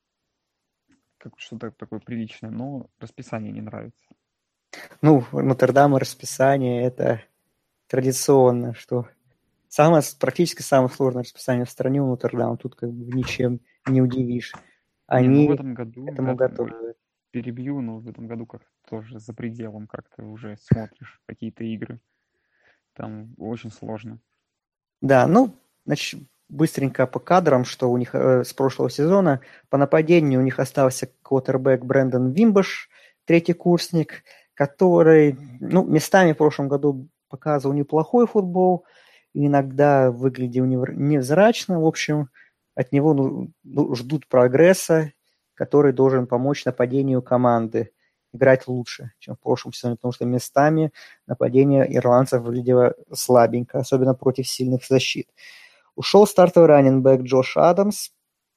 [SPEAKER 5] что-то такое приличное, но расписание не нравится.
[SPEAKER 4] Нотр-Дама расписание — это традиционно, что практически самое сложное расписание в стране у Нотр-Дама. Тут ничем не удивишь. Они
[SPEAKER 5] в этом году,
[SPEAKER 4] этому готовы.
[SPEAKER 5] Перебью, но в этом году как-то тоже за пределом как-то уже смотришь какие-то игры. Там очень сложно.
[SPEAKER 4] Да, значит, быстренько по кадрам, что у них с прошлого сезона. По нападению у них остался квотербэк Брэндон Вимбаш, третий курсник, который, местами в прошлом году показывал неплохой футбол, иногда выглядел невзрачно. В общем, от него ждут прогресса, который должен помочь нападению команды играть лучше, чем в прошлом сезоне, потому что местами нападение ирландцев выглядело слабенько, особенно против сильных защит. Ушел стартовый раннинбэк Джош Адамс,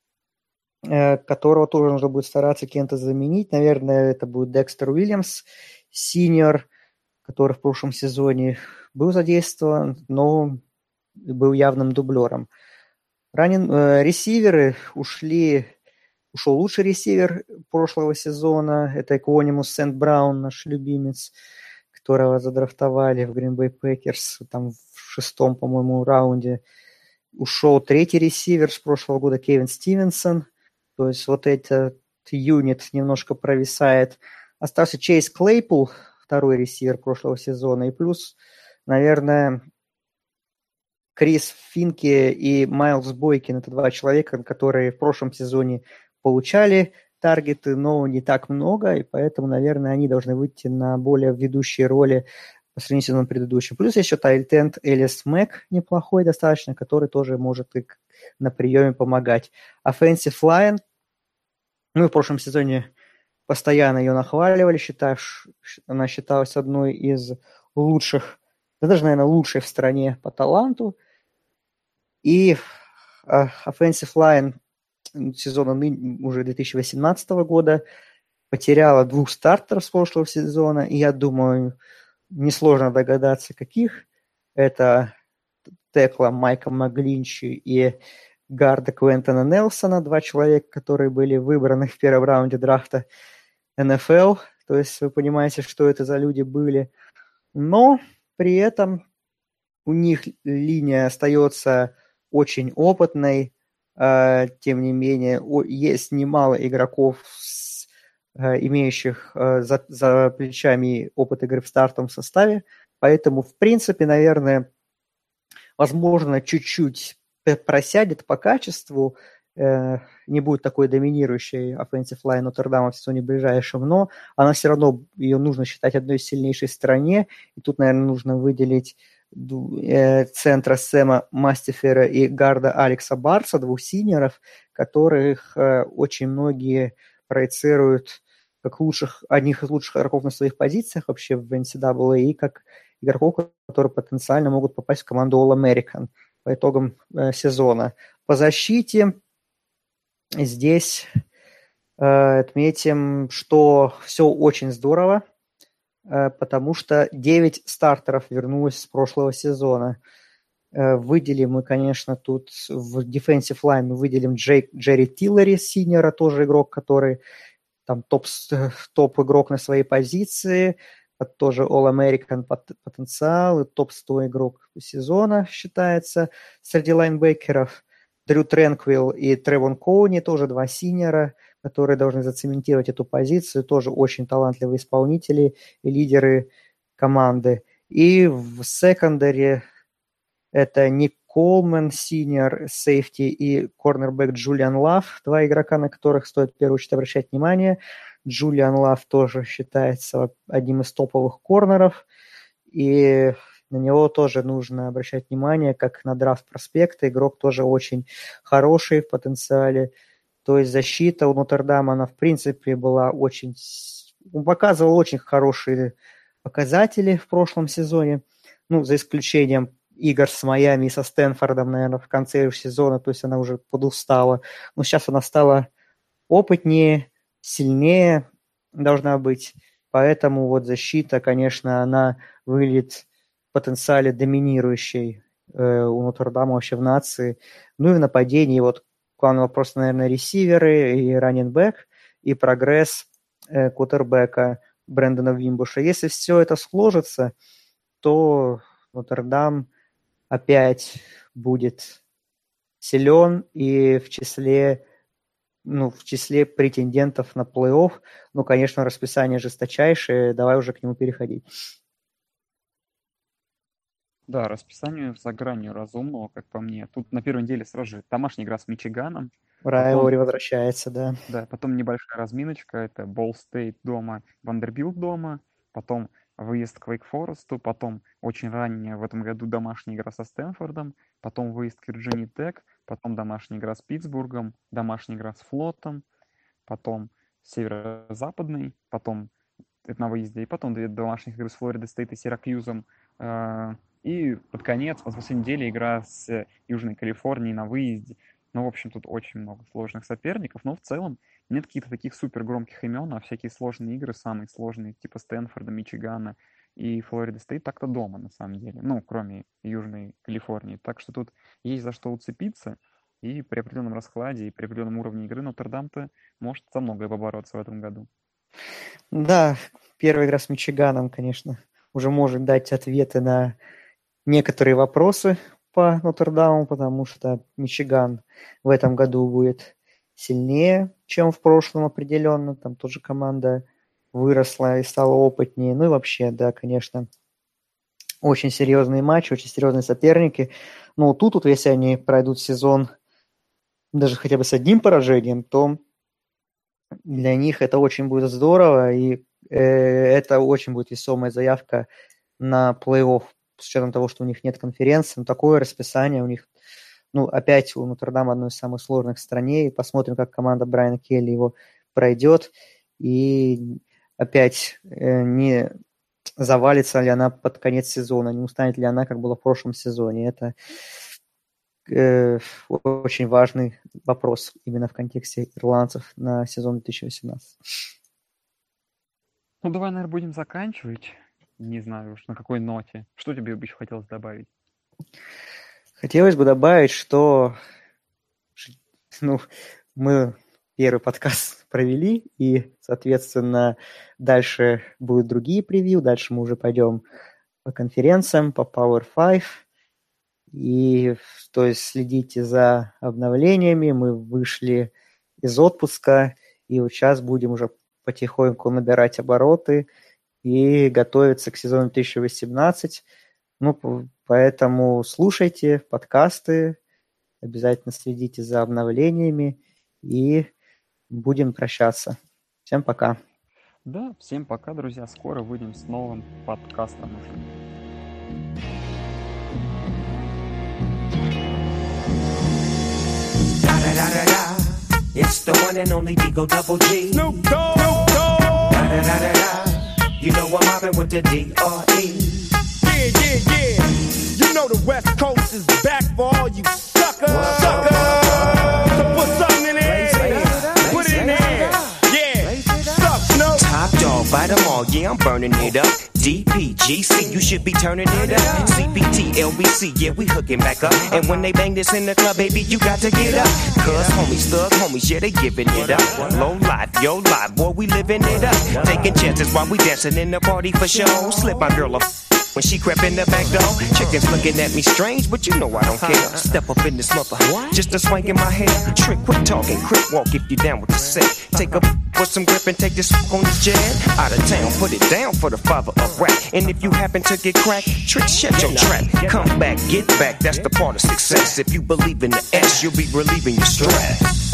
[SPEAKER 4] которого тоже нужно будет стараться кем-то заменить. Наверное, это будет Декстер Уильямс, синьор, который в прошлом сезоне был задействован, но был явным дублером. Ресиверы ушел лучший ресивер прошлого сезона, это Эквонимус Сент-Браун, наш любимец, которого задрафтовали в Green Bay Packers там в 6-м, по-моему, раунде. ушел третий ресивер с прошлого года Кевин Стивенсон. То есть вот этот юнит немножко провисает. Остался Чейз Клейпул, второй ресивер прошлого сезона. И плюс, наверное, Крис Финке и Майлз Бойкин. Это два человека, которые в прошлом сезоне получали таргеты, но не так много, и поэтому, наверное, они должны выйти на более ведущие роли по сравнению с сезоном предыдущим. Плюс еще тайтенд Элис Мэг неплохой достаточно, который тоже может и на приеме помогать. Offensive line, мы в прошлом сезоне постоянно ее нахваливали, она считалась одной из лучших, да даже, наверное, лучшей в стране по таланту. И offensive line сезона уже 2018 года потеряла 2 стартеров с прошлого сезона, и я думаю, несложно догадаться, каких. Это текла Майка Маглинчи и гарда Квентона Нелсона, 2 человека, которые были выбраны в первом раунде драфта НФЛ. То есть вы понимаете, что это за люди были. Но при этом у них линия остается очень опытной. Тем не менее, есть немало игроков, имеющих за плечами опыт игры в стартовом составе. Поэтому, в принципе, наверное, возможно, чуть-чуть просядет по качеству, не будет такой доминирующей offensive line Нотр-Дама в сезоне ближайшем, но она все равно, ее нужно считать одной из сильнейшей в стране. И тут, наверное, нужно выделить центра Сэма Мастифера и гарда Алекса Барса, 2 синеров, которых очень многие проецируют как одних из лучших игроков на своих позициях вообще в NCAA и как игроков, которые потенциально могут попасть в команду All-American по итогам сезона. По защите здесь отметим, что все очень здорово, потому что 9 стартеров вернулось с прошлого сезона. Выделим мы, конечно, тут в defensive line мы выделим Джерри Тиллери, синьора, тоже игрок, который там топ-игрок на своей позиции, тоже All-American потенциал, топ-100 игрок сезона считается среди лайнбекеров. Дрю Тренквилл и Тревон Коуни, тоже 2 синьора, которые должны зацементировать эту позицию, тоже очень талантливые исполнители и лидеры команды. И в секондаре это Ник Колман, синьор, сейфти и корнербэк Джулиан Лав, 2 игрока, на которых стоит в первую очередь обращать внимание. Джулиан Лав тоже считается одним из топовых корнеров, и на него тоже нужно обращать внимание, как на драфт-проспекты. Игрок тоже очень хороший в потенциале. То есть защита у Нотр-Дама, она в принципе была очень... показывала очень хорошие показатели в прошлом сезоне. Ну, за исключением игр с Майами и со Стэнфордом, наверное, в конце сезона. То есть она уже подустала. Но сейчас она стала опытнее, сильнее должна быть. Поэтому вот защита, конечно, она выглядит в потенциале доминирующей у Нотр-Дама вообще в нации. Ну и в нападении вот главный вопрос, наверное, ресиверы и раннинг-бэк, и прогресс квотербека Брэндона Вимбуша. Если все это сложится, то Нотр-Дам опять будет силен и в числе претендентов на плей-офф. Ну, конечно, расписание жесточайшее, давай уже к нему переходить.
[SPEAKER 5] Да, расписание за гранью разумного, как по мне. Тут на первой неделе сразу же домашняя игра с Мичиганом.
[SPEAKER 4] Райвори возвращается, да.
[SPEAKER 5] Да, потом небольшая разминочка. Это Болл Стейт дома, Вандербилт дома. Потом выезд к Вейк-Форесту. Потом очень ранняя в этом году домашняя игра со Стэнфордом. Потом выезд к Вирджиния Тек. Потом домашняя игра с Питтсбургом. Домашняя игра с Флотом. Потом северо-западный. Потом это на выезде. И потом 2 домашних игры с Флорида Стейт и Сиракьюзом. И под конец, в последней неделе, игра с Южной Калифорнией на выезде. Ну, в общем, тут очень много сложных соперников, но в целом нет каких-то таких супер громких имен, а всякие сложные игры, самые сложные, типа Стэнфорда, Мичигана и Флорида Стейт, так-то дома, на самом деле. Ну, кроме Южной Калифорнии. Так что тут есть за что уцепиться, и при определенном раскладе, и при определенном уровне игры Нотр-Дам-то может за многое побороться в этом году.
[SPEAKER 4] Да, первая игра с Мичиганом, конечно, уже может дать ответы на некоторые вопросы по Нотр-Даму, потому что Мичиган в этом году будет сильнее, чем в прошлом определенно. Там тоже команда выросла и стала опытнее. Ну и вообще, да, конечно, очень серьезные матчи, очень серьезные соперники. Но тут вот, если они пройдут сезон даже хотя бы с одним поражением, то для них это очень будет здорово, и это очень будет весомая заявка на плей-офф, с учетом того, что у них нет конференции. Но такое расписание у них, ну, опять у Нотр-Дама одно из самых сложных в стране, и посмотрим, как команда Брайана Келли его пройдет, и опять не завалится ли она под конец сезона, не устанет ли она, как было в прошлом сезоне. Это очень важный вопрос именно в контексте ирландцев на сезон 2018.
[SPEAKER 5] Ну, давай, наверное, будем заканчивать. Не знаю уж на какой ноте. Что тебе бы еще хотелось добавить?
[SPEAKER 4] Хотелось бы добавить, что мы первый подкаст провели, и, соответственно, дальше будут другие превью, дальше мы уже пойдем по конференциям, по Power 5, и то есть следите за обновлениями. Мы вышли из отпуска, и вот сейчас будем уже потихоньку набирать обороты и готовиться к сезону 2018. Ну, поэтому слушайте подкасты, обязательно следите за обновлениями, и будем прощаться. Всем пока.
[SPEAKER 5] Да, всем пока, друзья. Скоро выйдем с новым подкастом уже.
[SPEAKER 1] It's the one and only Digo Double G.
[SPEAKER 2] Snoop Dogg.
[SPEAKER 1] You know I'm mobbing with the D.R.E.
[SPEAKER 2] Yeah. You know the West Coast is back for all you suckers. So put something in there. Put it in there. Yeah. Suck, Snoop.
[SPEAKER 1] Top dog, bite them all, yeah, I'm burning it up. DPGC, you should be turning it up. CPT, LBC, yeah, we hooking back up. And when they bang this in the club, baby, you got to get up. Cuz homies, thug homies, yeah, they giving it up. Low life, yo life, boy, we living it up. Taking chances while we dancing in the party for show. Slip my girl a when she crept in the back door. Chickens looking at me strange, but you know I don't care. Step up in this mother, just a swank in my hair. Trick, quit talking, crip walk if you down with the set. Take a with some grip and take this on this jet. Out of town, put it down for the father of rap. And if you happen to get cracked, trick, shut your trap. Come back, get back, that's the part of success. If you believe in the S, you'll be relieving your stress.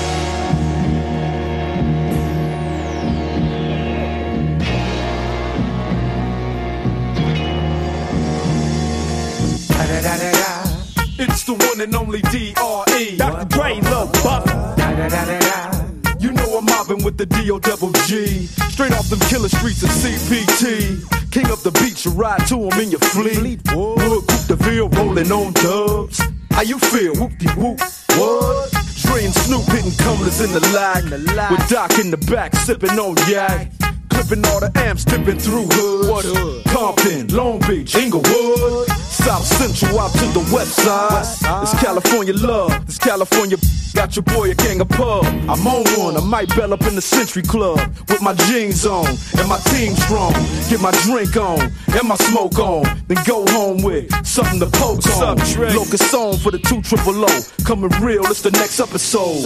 [SPEAKER 2] It's the one and only D.R.E. Dr. Dre, Lil Buff. You know I'm mobbing with the D.O.G. Straight off them killer streets of CPT. King up the beach, you ride to him in your fleet. Wood, Coupe de Ville, rolling on dubs. How you feel? Whoop-de-whoop. What? Dre and Snoop hitting cumblers in the lag. With Doc in the back, sipping on yak. Clipping all the amps, dipping through hoods. What hood? Compton, Long Beach, Inglewood. South Central out to the west side. It's California love, it's California. Got your boy a gang of pub. I'm on one, I might bell up in the Century Club. With my jeans on, and my team strong. Get my drink on, and my smoke on. Then go home with something to poke on. Locust song for the 200. Coming real, it's the next episode.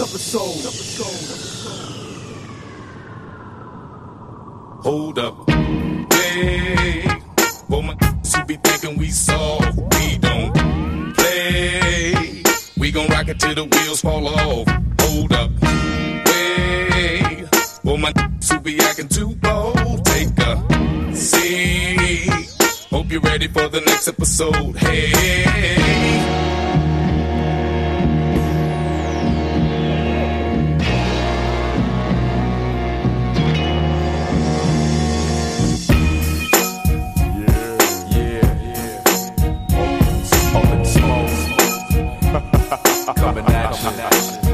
[SPEAKER 6] Hold up, wait. For my who be thinking we soft, we don't play. We gon' rock it till the wheels fall off. Hold up, wait. For my who be acting too bold, take a seat. Hope you're ready for the next episode. Hey.
[SPEAKER 2] Coming at you.